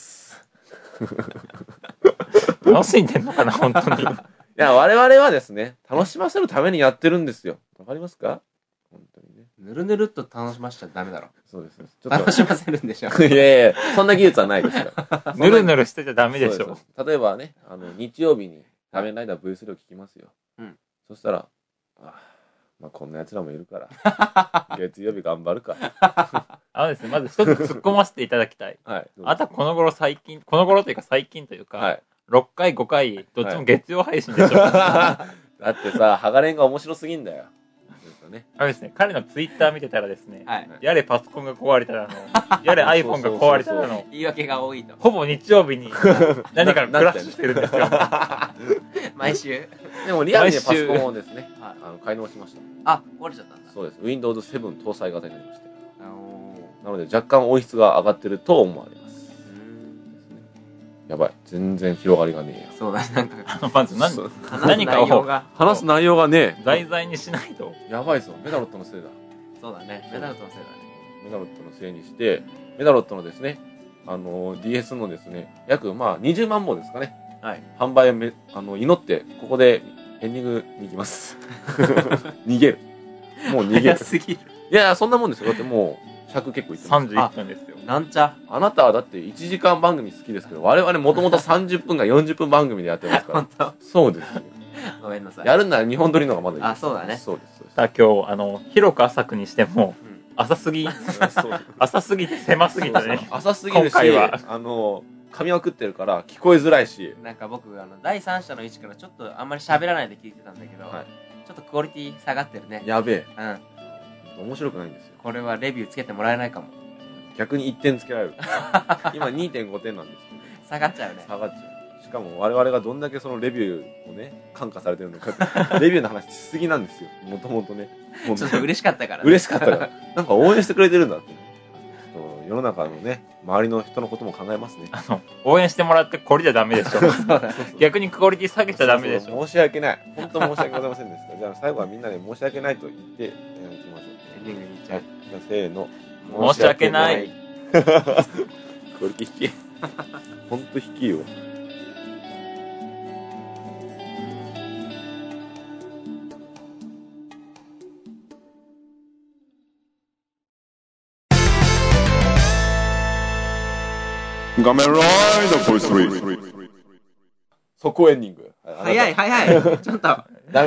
楽しんでんのかな、本当に。いや、我々はですね、楽しませるためにやってるんですよ。わかりますか？本当にね。 ぬるぬるっと楽しましちゃダメだろ。 そうですね。 ちょっと楽しませるんでしょ。 いやいや、そんな技術はないですから。 ぬるぬるしてちゃダメでしょ。 例えばね、あの、日曜日に仮面ライダー ブイスリー を聞きますよ。うん。そしたら、あまあこんな奴らもいるから、月曜日頑張るか。 あのですね、まず一つ突っ込ませていただきたい。はい。あとこの頃最近、この頃というか最近というか、はい、ろっかい、ごかい、どっちも月曜配信でしょ。 だってさ、ハガレンが面白すぎんだよ。 ね、あれですね、彼のツイッター見てたらですね、はい、やれパソコンが壊れたらの、やれ iPhone が壊れたらの、 言い訳が多いと。 ほぼ日曜日に何かクラッシュしてるんですよ。 毎週。 でもリアルにパソコンをですね、あの買い直しました。 あ、壊れちゃったんだ。 そうです。ウィンドウズセブン 搭載型になりまして。なので若干音質が上がってると思われます。やばい。全然広がりがねえよ。 そうだ、なんか、あの、 まず何、何かを話す内容がね、 題材にしないと。 やばいぞ。メダロットのせいだ。 そうだね。メダロットのせいだね。 メダロットのせいにして、メダロットのですね、あの、ディーエス のですね、約、まあ、にじゅうまんぼうですかね。はい。販売をめ、あの、祈って、ここでエンディングに行きます。逃げる。もう逃げる。 すぎる。 いやいや、そんなもんですよ。だってもう、ひゃく結構いってます。 さんじゅういっぷんですよ。 なんちゃ。 あなたはだっていちじかん番組好きですけど、我々もともとさんじゅっぷんがよんじゅっぷん番組でやってますから。本当？そうですよ。 ごめんなさい。 やるならにほん撮りの方がまだいい。 あ、そうだね。 そうです。 さあ今日、あの、広く浅くにしても、浅すぎ、浅すぎて狭すぎてね。 浅すぎるし、今回は、あの、噛みまくってるから聞こえづらいし。 なんか僕、あの、第三者の位置からちょっとあんまり喋らないで聞いてたんだけど、はい、ちょっとクオリティ下がってるね。 やべえ。 うん。 面白くないんですよ。 これはレビューつけてもらえないかも。 逆にいってんつけられる。今 にてんごてんなんですけど。 下がっちゃうね。 下がっちゃう。しかも我々がどんだけそのレビューをね、感化されてるのか。レビューの話しすぎなんですよ。もともとね。 ちょっと嬉しかったから、 ね。嬉しかったから。なんか応援してくれてるんだって、ね。世の中のね、周りの人のことも考えますね。 あの、応援してもらってこれじゃダメでしょ。逆にクオリティ下げちゃダメでしょ。 そうそう申し訳ない。本当申し訳ございませんでした。じゃあ最後はみんなで申し訳ないと言って、えー、いきましょう。 エンディングに行っちゃう。 じゃあせーの。 申し訳ない。 クオリティ低い。ほんと低いよ。画面ライダーボイスリー。速攻エンディング。 早い早い。ちょっと。 ダメです。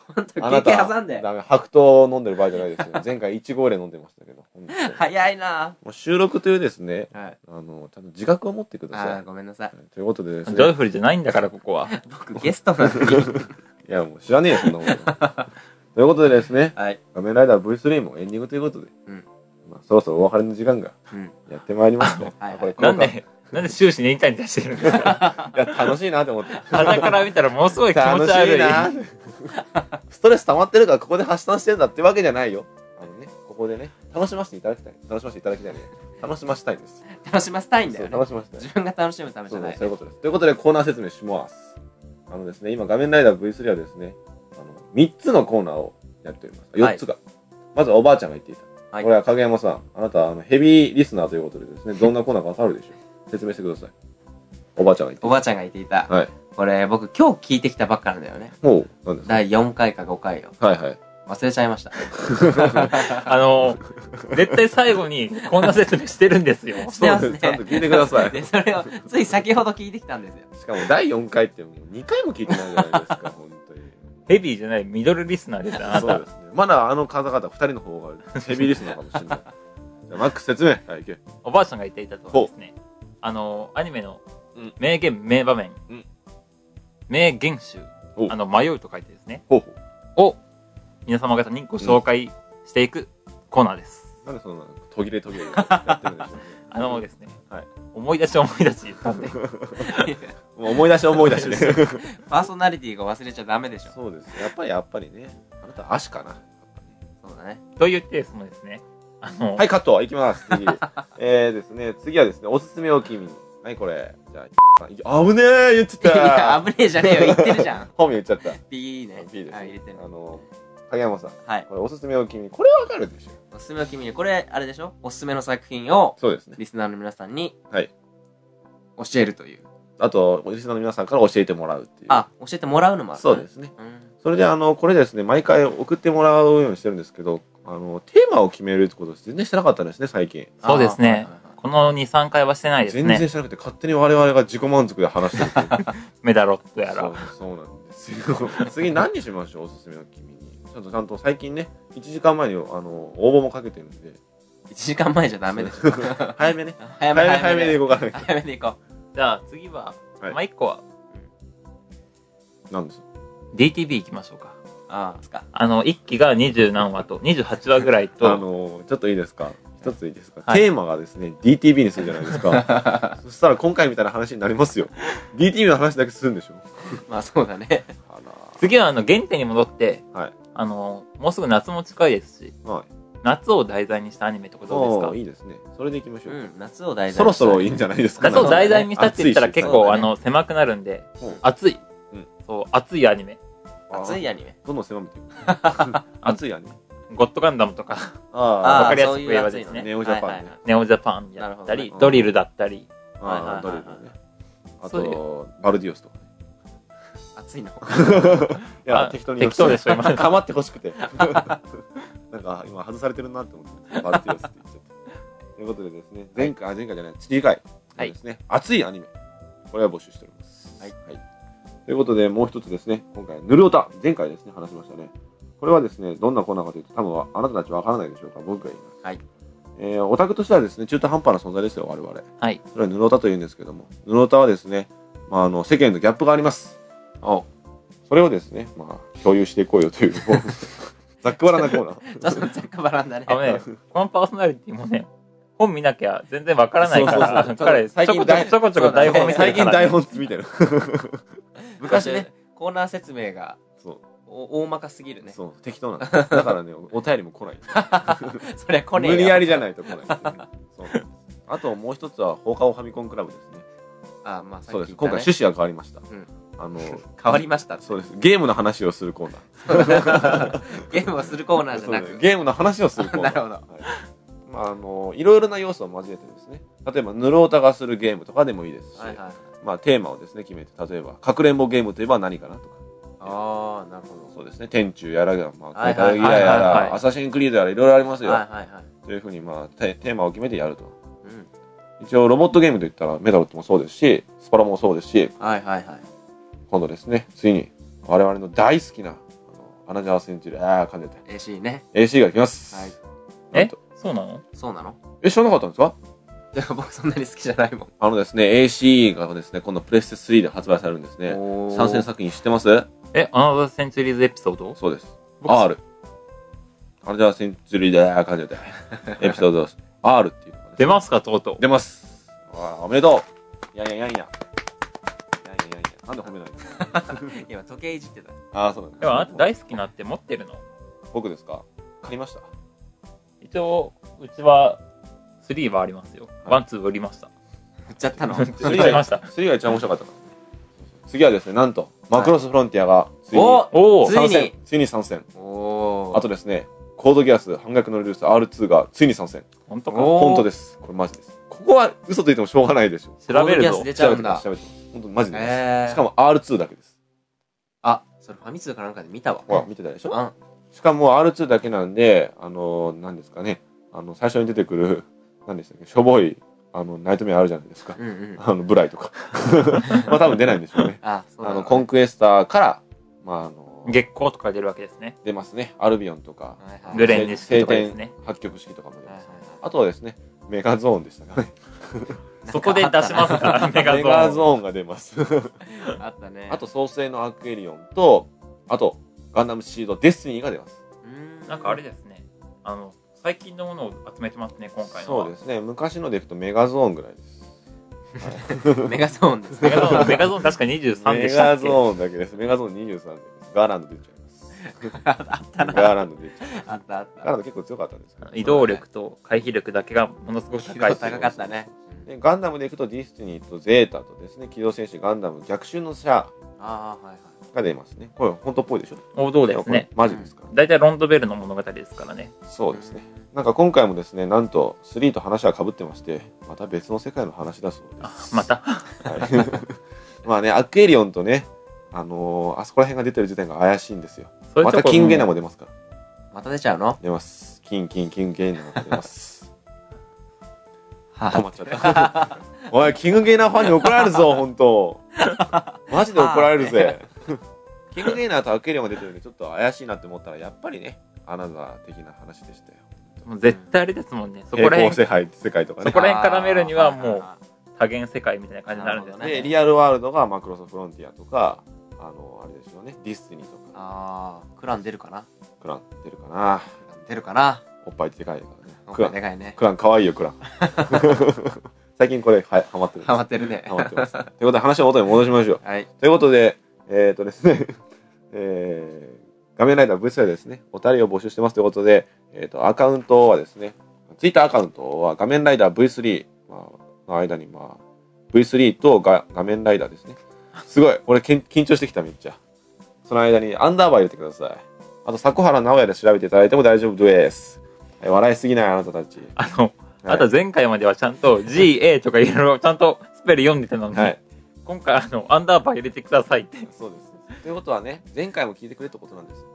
ほんと、経験挟んで。 ダメ、白桃を飲んでる場合じゃないですね。前回いちご入れ飲んでましたけど。 早いなぁ。収録というですね、はい、あの、ちゃんと自覚を持ってください。 あ、ごめんなさい。 ということでですね。 ジョイフルじゃないんだから、ここは。 僕、ゲストなのに。 いや、もう知らねえよ、そんなもん。ということでですね、はい、仮面ライダー ブイスリー もエンディングということで、うん、まあ、そろそろお別れの時間がやってまいりますね。 はいはい、なんで、なんで終始ネギタに出してるんですか？ いや、楽しいなと思って。 鼻から見たらものすごい気持ち悪い。楽しいなストレス溜まってるからここで発散してるんだってわけじゃないよ。あのね、ここでね、楽しませていただきたい。楽しませていただきたいね。楽しませたいんです。 楽しませたいんだよね。 楽しませたい。 自分が楽しむためじゃない。 そういうことです。ということでコーナー説明します。あのですね、今画面ライダー ブイスリー はですね、あの、みっつのコーナーをやっております。よっつが。はい、まずはおばあちゃんが言っていた。はい、これは影山さん、あなたはあのヘビーリスナーということでですね、どんなコーナーかわかるでしょう？説明してください。おばあちゃんが言っていた。 おばあちゃんが言っていた。 はい。 これ僕今日聞いてきたばっかなんだよね。 ほう、なんですか？ だいよんかいかごかいよ。 はいはい。 忘れちゃいました。 あの、絶対最後にこんな説明してるんですよ。 してますね。 ちゃんと聞いてください。 で、それをつい先ほど聞いてきたんですよ。 しかもだいよんかいってもうにかいも聞いてないじゃないですか、本当に。 ヘビーじゃないミドルリスナーですよ、あなた。 そうですね。まだあの方々ふたりの方がヘビーリスナーかもしれない。じゃあマックス説明。はい、いけ。 おばあちゃんが言っていたとはですね、あの、アニメの名言、名場面、うん、名言集、あの、迷うと書いてですね、 ほうほうを皆様方にご紹介していくコーナーです。 うん、なんでそんな途切れ途切れやってるんでしょうね。 あのですね、はい、思い出し思い出し言ったんで。 もう思い出し思い出しね。 パーソナリティが忘れちゃダメでしょ。 そうです。やっぱりやっぱりね、あなた足かな。 そうだね。 と言ってそのですね、 あのはい、カットいきます。次。えーですね、次はですね、おすすめを君に。はい、これ。じゃあ、危ねえ言っちゃった。 いや、危ねえじゃねえよ。言ってるじゃん。 本名言っちゃった。 ピーね。 ピーです。 はい、入れてる。 あの、影山さん。 はい。 これおすすめを君に。これわかるでしょ。 おすすめを君に。これ、あれでしょ？おすすめの作品を、 そうですね。 リスナーの皆さんに、 はい。 教えるという。 あと、リスナーの皆さんから教えてもらうっていう。 あ、教えてもらうのもある。 そうですね。うん。それで、あの、これですね、毎回送ってもらうようにしてるんですけど、あの、テーマを決めるってこと全然してなかったんですね、最近。 そうですね。このに、さんかいはしてないですね。 全然してなくて、勝手に我々が自己満足で話してる。 メダロットやら。 そう、そうなんですよ。次何にしましょう、おすすめの君に。ちゃんとちゃんと最近ね、いちじかんまえに、あの、応募もかけてるんで。 いちじかんまえじゃダメでしょ。 早めね。 早め早め早めで動かないと。 早めで行こう。じゃあ次は、はい、まあいっこは。 何ですか？ ディーティービー 行きましょうか。 ああ、 あの、いっきがにじゅうなんわと、にじゅうはちわぐらいと。 あの、ちょっといいですか？一ついいですか、はい、テーマがですね ディーティービー にするじゃないですか。そしたら今回みたいな話になりますよ。 ディーティービー の話だけするんでしょ。 まあそうだね。 次はあの原点に戻って、 はい、 あのもうすぐ夏も近いですし、はい、夏を題材にしたアニメとかどうですか？ いいですね。それでいきましょう、うん、 夏を題材にそろそろいいんじゃないですか。 夏を題材にしたって言ったら結構、ね、あの狭くなるんで、うん、熱い、うん、そう熱いアニメ。 熱いアニメどんどん狭めていく。熱いアニメ。 ゴッドガンダムとか、 わかりやすく言えばですね。 ネオジャパンね。 ネオジャパンだったり、ドリルだったり。 ああ、ドリルね。あと、バルディオスとかね。 熱いの。いや、適当に。 適当でしょ、今。 かまってほしくて。なんか、今外されてるなって思って、バルディオスって言っちゃって。ということでですね、前回、前回じゃない、次回ですね、熱いアニメ。これは募集しております。はい。ということで、もう一つですね、今回、ヌルオタ。前回ですね、話しましたね。これはですね、どんなコーナーかというと、多分あなたたちわからないでしょうか。僕が言います。 はい。 えー、オタクとしてはですね、中途半端な存在ですよ、我々。 はい。 それはヌルオタと言うんですけども、ヌルオタはですね、まあ、あの、世間とギャップがあります。 おそれをですね、まあ、共有していこうよという、ざっくばらなコーナー。 ちょっとざっくばらんだね。 あのね、このパーソナリティもね、本見なきゃ全然わからないから、彼、ちょこちょこちょこちょこ台本見てるから。 最近台本見てる。 昔ね、コーナー説明が、そう。大まかすぎるね。 そう、適当なんです。だからね、お便りも来ない。 それは来ねえよ。 無理やりじゃないと来ない、ね。そう。あともう一つは、放課後ファミコンクラブですね。 ああ、まあ、 そうです。今回趣旨が変わりました。うん。あの、 変わりました。 そうです。ゲームの話をするコーナー。 ゲームをするコーナーじゃなくゲームの話をするコーナー。 なるほど。 まあ、あの、いろいろな要素を交えてですね。例えば、ヌルオタがするゲームとかでもいいですし、まあ、テーマをですね、決めて、例えば、かくれんぼゲームといえば何かなとか。 ああ、なるほど。 そうですね。天中やらが、まあ、メタルギアやら、アサシンクリードやらいろいろありますよ。 はいはいはい。 というふうに、まあ、テーマを決めてやると。うん。一応、ロボットゲームといったら、メダロットもそうですし、スパロもそうですし、 はいはいはい。 今度ですね、ついに、我々の大好きな、あの、 アナザーセンチュリー、あー、噛んでた。 エーシー ね。 エーシー が来ます。はい。 えそうなのそうなのえ、知らなかったんですか？ いや、僕そんなに好きじゃないもん。 あのですね、エーシー がですね、今度プレステスリーで発売されるんですね。参戦作品知ってます？ え、アナザーセンチュリーズエピソード？ そうです。R。アナザーセンチュリーでー、噛んでた。エピソード R っていうのが、ね。 出ますか、とうとう。 出ます。あおめでとう。いやいやいやいや。いやいやいやいや。なんで褒めないの？ 今時計いじってた。 ああ、そうなんだ。 でもあなた大好きになって持ってるの？ 僕ですか？買いました。 一応、うちは、スリーはありますよ。ワン、ツー売りました。 売っちゃったの？ 売っちゃいました。 スリーが一番面白かったから。次はですね、なんと、マクロスフロンティアがついに、おついに、ついに参戦。おあとですね、コードギアス半額のルース アールツー がついに参戦。 本当か？ 本当です。これマジです。ここは嘘ついてもしょうがないでしょ。 調べるぞ。 調べてます。 調べてます。本当マジです。しかも アールツー だけです。 あ、それファミ通かなんかで見たわ。 ほら、見てたでしょ。しかも アールツー だけなんで、あの、何ですかね。あの、最初に出てくる、何でしたっけ、しょぼい、あの、ナイトメアあるじゃないですか。うんうん、あの、ブライとか。まあ多分出ないんでしょうね。あ、そうだね。あの、コンクエスターから、まああの、 月光とか出るわけですね。 出ますね。アルビオンとか、 はいはい、グレンデ式とかですね。 はち曲式とかも出ます、ね。はいはいはい、あとはですね、メガゾーンでしたかね。 そこで出しますか？メガゾーン。 メガゾーンが出ます。 あったね。 あと、創世のアクエリオンと、あと、ガンダムシードデスティニーが出ます。 うん、なんかあれですね。あの、最近のものを集めてますね、今回の。 そうですね。昔のでいくとメガゾーンぐらいです。 はい、メガゾーンです。 メガゾーン、メガゾーン確かにじゅうさんでしたっけ？ メガゾーンだけです。メガゾーンにじゅうさんです。ガーランド出ちゃいます。 あったな。 ガーランド出ちゃいます。 あったあった。 ガーランド結構強かったんですけど、 移動力と回避力だけがものすごく高い。 高かったね。 でガンダムでいくとディスティニーとゼータとですね、機動戦士ガンダム逆襲のシャアが出ますね。これ本当っぽいでしょ？ 王道ですね。 マジですから。 大体ロンドベルの物語ですからね。 そうですね。なんか今回もですね、なんとスリーと話は被ってまして、また別の世界の話だそうです。 あ、また。 はい。まあね、アクエリオンとね、あのー、あそこら辺が出てる時点が怪しいんですよ。またキングゲイナも出ますから。 また出ちゃうの？ 出ます。キンキンキングゲイナも出ます。 は止まっちゃった。おい、キングゲイナーファンに怒られるぞ、ほんと。マジで怒られるぜ。キングゲイナーとアクエリオンが出てるんで、ちょっと怪しいなって思ったら、やっぱりね、アナザー的な話でしたよ。 もう絶対あれですもんね。 そこら辺。平行世界とかね。 そこら辺絡めるにはもう多元世界みたいな感じになるんですね。 で、リアルワールドがマクロスフロンティアとか、あの、あれでしょうね、ディスティニーとか。 ああ、クラン出るかな？ クラン出るかな？ 出るかな？ おっぱいでかいからね。 おっぱいでかいね。 クランかわいいよ、クラン。最近これはハマってる。 ハマってるね。 ハマってます。ということで話を元に戻しましょう。 はい。 ということで、えっとですね、えー、画面ライダー ブイスリー ですね、お便りを募集してますということで、えっと、アカウントはですね、ツイッターアカウントは画面ライダー ブイスリー の間に、まあ、ブイスリー と画面ライダーですね。すごい、俺緊張してきためっちゃ。その間にアンダーバー入れてください。あと、迫原直也で調べていただいても大丈夫です。笑いすぎないあなたたち。 あの、あと前回まではちゃんと ジーエー とかいろいろちゃんとスペル読んでたのに、はい、今回あの、アンダーバー入れてくださいって。 そうです。ということはね、前回も聞いてくれってことなんです。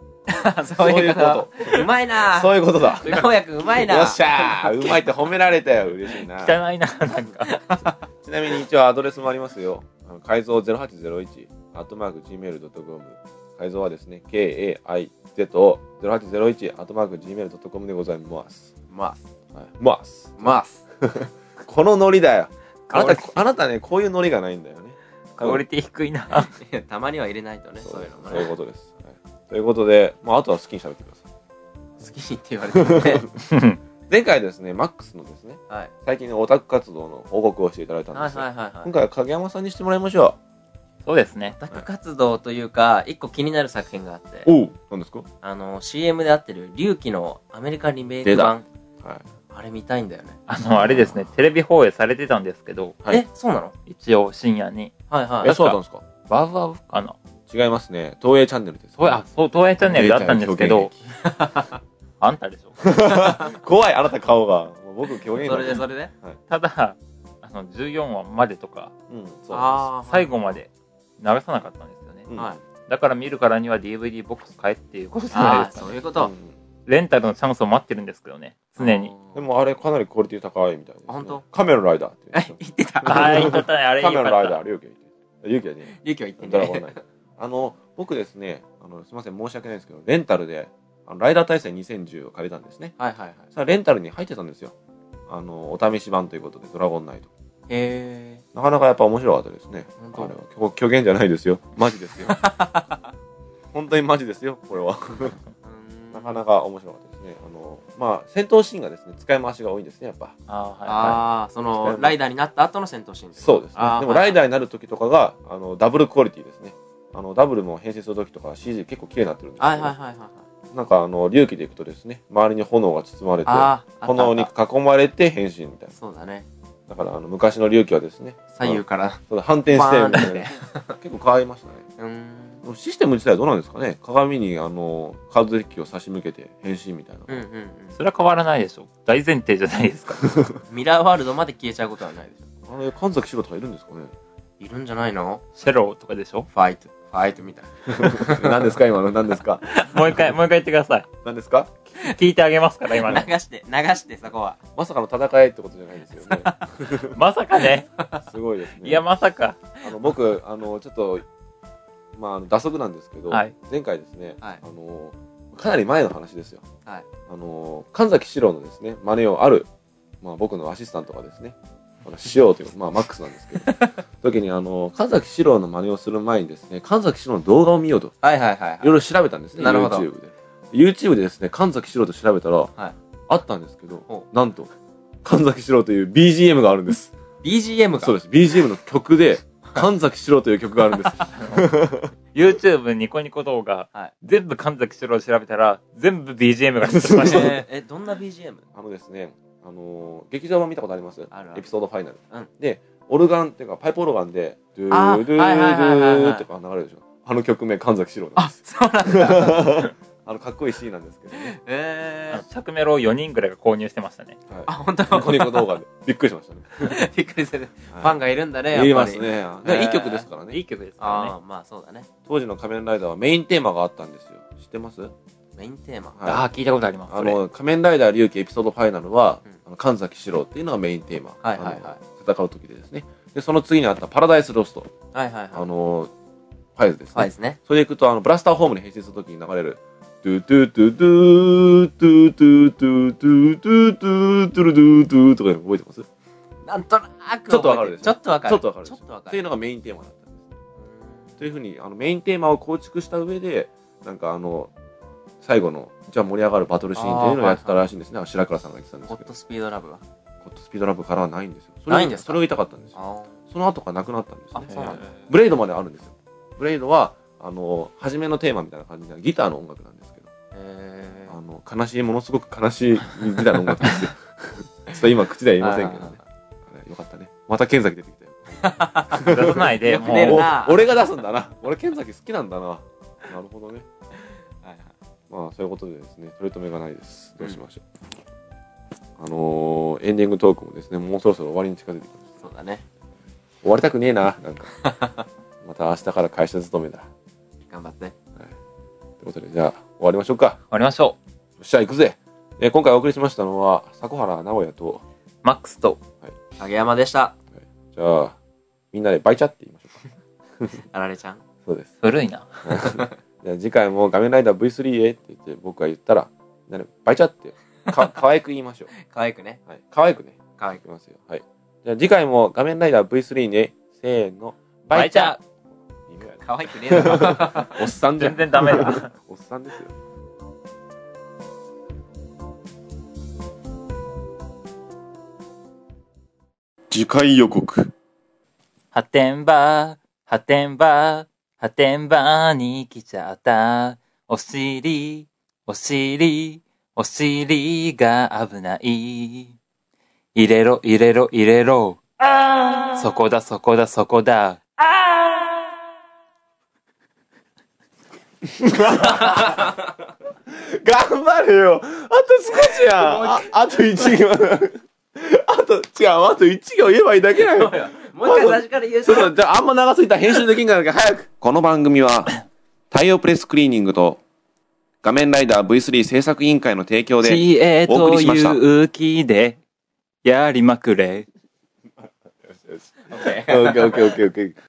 そういうこと。うまいな。 そういうことだ。 直也くんうまいな。 よっしゃー、うまいって褒められたよ。嬉しいな。 汚いな、なんか。 ちなみに一応アドレスもありますよ。改造ゼロはちゼロいち、アットマーク、ジーメールドットコム。改造はですね、ケーエーアイゼットゼロはちゼロいち、アットマーク、ジーメールドットコム でございます。 ます。 はい、ます。 ます。 このノリだよ。あなた、あなたね、こういうノリがないんだよね。 クオリティ低いな。 たまには入れないとね、そういうのもね。 そういうことです。はい、ということで、まあ、あとは好きに喋ってください。好きにって言われてもね。 前回ですね、マックスのですね、 はい、 最近のオタク活動の報告をしていただいたんですが、はいはいはいはい、今回は影山さんにしてもらいましょう。そうですね。 オタク活動というか、一個気になる作品があって。 おう、何ですか？ あの、シーエム であってる、龍騎のアメリカリメイク版。はい。あれ見たいんだよね。 あの、あれですね、テレビ放映されてたんですけど。 はい、え、そうなの？ 一応深夜に。 はいはい。 え、そうだったんですか？ バウバウかな？ 違いますね。東映チャンネルです、 ね。あ、そう、東映チャンネルだったんですけど。あんたでしょ怖い、あなた顔が。僕、狂言それで、それで、はい、 ただ、あの、じゅうよんわまでとか、 うん、そうです。 最後まで流さなかったんですよね。 うん、はい。 だから見るからには ディーブイディー ボックス買えっていうことじゃないですか、ね。 そういうこと。うん、 レンタルのチャンスを待ってるんですけどね、常に。 でもあれかなりクオリティ高いみたいです、ね。 本当？ カメラライダーって言ってた。 はい、言ってたね、あれカメラライダー、リュウキは言ってた。リュウキはね。 リュウキは言ってドラゴンナイト。 あの、僕ですね、あの、すみません、申し訳ないんですけど、レンタルで、あのライダー対戦にせんじゅうを借りたんですね。 はいはいはい。 それレンタルに入ってたんですよ。あの、お試し版ということで、ドラゴンナイト。 へー。 なかなかやっぱ面白かったですね。あれは虚虚言じゃないですよ。マジですよ。本当にマジですよ、これは。なかなか面白かったですね。あの、まあ、戦闘シーンがですね、使い回しが多いんですね、やっぱ。 ああ、はいはい。ああ、その、ライダーになった後の戦闘シーンですね。 そうですね。でも、ライダーになる時とかが、あの、ダブルクオリティですね。あの、ダブルも変身する時とか シージー 結構綺麗になってるんですけど。 はいはいはいはい。 なんか、あの、龍騎で行くとですね、周りに炎が包まれて、炎に囲まれて変身みたいな。 そうだね。 だから、あの、昔の龍騎はですね、 左右から、 そう反転して、みたいな。結構変わりましたね。うん。システム自体はどうなんですかね。鏡に、あの、カードデッキを差し向けて変身みたいな。 うんうんうん。それは変わらないでしょ。大前提じゃないですか。 ミラーワールドまで消えちゃうことはないでしょ。 あれ、神崎シロとかいるんですかね。 いるんじゃないの？ シェローとかでしょ。 ファイト。ファイトみたいな。何ですか今の何ですかもう一回、もう一回言ってください。 何ですか聞いてあげますから、今の。 流して、流して、そこは。 まさかの戦いってことじゃないですよね。 まさかね。 すごいですね。 いや、まさか。 あの、僕、あの、ちょっと、まあ、打足なんですけど、 はい、 前回ですね、 はい、 あの、かなり前の話ですよ。 はい、 あの、神崎史郎のですね、真似をある、まあ、僕のアシスタントがですね、しようという、まあ、マックスなんですけど、時に、あの、神崎史郎の真似をする前にですね、神崎史郎の動画を見ようと。 はいはいはい。 いろいろ調べたんですね、 なるほど。 YouTube で。YouTube でですね、神崎史郎と調べたら、 はい、 あったんですけど、なんと、神崎史郎という ビージーエム があるんです。 ビージーエム がそうです。ビージーエム の曲で、神崎史郎という曲があるんです。 YouTube ニコニコ動画、はい、全部神崎史郎を調べたら、全部 ビージーエム が出てきました。 えー、え、どんな ビージーエム？ あのですね、あのー、劇場版見たことあります？ あるある。 エピソードファイナル。 うん、 で、オルガンっていうか、パイプオルガンで、ドゥードゥードゥーって流れるでしょ。あの曲名、神崎史郎なんです。 あ、そうなんだ。 あの、かっこいいシーンなんですけどね。 えー。着メロをよにんぐらいが購入してましたね。 はい、 あ、本当？ ニコニコ動画で。びっくりしましたね。 びっくりする。ファンがいるんだね、 やっぱり。いますね。いい曲ですからね。 いい曲ですからね。 ああ、まあそうだね。 当時の仮面ライダーはメインテーマがあったんですよ。知ってます？ メインテーマ、 はい、ああ、聞いたことあります。 あの、仮面ライダー龍騎エピソードファイナルは、うん、あの神崎史郎っていうのがメインテーマ。 はいはいはい。 戦う時でですね。で、その次にあったパラダイスロスト。 はいはいはい。 あの、ファイズですね。 ファイズね。 それでいくと、あの、ブラスターホームに変身する時に流れる、ドゥドゥドゥドゥドゥドゥドゥドゥドゥドゥドゥドゥドゥとか覚えてます？ なんとなくちょっとわかるでしょ。 ちょっとわかる。 ちょっとわかる。 ちょっとわかる。 っていうのがメインテーマだったんです。というふうに、あの、メインテーマを構築した上で、なんかあの、最後の、じゃあ盛り上がるバトルシーンっていうのをやってたらしいんですね。白倉さんが言ってたんですけど。 ホットスピードラブはホットスピードラブからはないんですよ。 ないんですか？ それを言いたかったんですよ。その後がなくなったんですね。 あ、そうなんだ。 ブレイドまであるんですよ。ブレイドは、あの、初めのテーマみたいな感じで、ギターの音楽なんですけど。 へあの、悲しい、ものすごく悲しいギターの音楽ですよ。ちょっと今口では言いませんけどね。よかったね。また剣崎出てきたよ。出さないで、 もう。 俺が出すんだな。俺剣崎好きなんだな。なるほどね。はいはい。まあ、そういうことでですね、取り留めがないです。どうしましょう。うん、あのー、エンディングトークもですね、もうそろそろ終わりに近づいてきました。 そうだね。 終わりたくねえな、なんか。また明日から会社勤めだ。 頑張って。はい。 ということで、じゃあ、終わりましょうか。 終わりましょう。 よっしゃ、行くぜ。えー、今回お送りしましたのは、迫原直也と、 マックスと、 はい、影山でした。はい、 じゃあ、みんなでバイチャって言いましょうか。 あられちゃん。 そうです。 古いな。 じゃあ次回も画面ライダー ブイスリー へって言って僕が言ったら、みんなでバイチャってか可愛く言いましょう。 可愛くね。 はい。可愛くね。 可愛く言いますよ。はい。じゃあ次回も画面ライダー ブイスリー ね、せーの、 バイチャ。 可愛くねえだろ。おっさんじゃん。 全然ダメだ。 おっさんですよ。次回予告。 破天場、破天場、破天場に来ちゃった。お尻、お尻、お尻が危ない。入れろ、入れろ、入れろ。あそこだ、そこだ、そこだ。あ頑張れよ。あと少しや。あ, あといち行。あと、違う、あといち行言えばいいだけなよ。 もう一回最初から言うそうそう、じゃああんま長すぎたら編集できんから早く。この番組は、太陽プレスクリーニングと、画面ライダー ブイスリー 制作委員会の提供でお送りしました。 知恵と勇気でやりまくれ。 オッケーオッケーオッケーオッケー。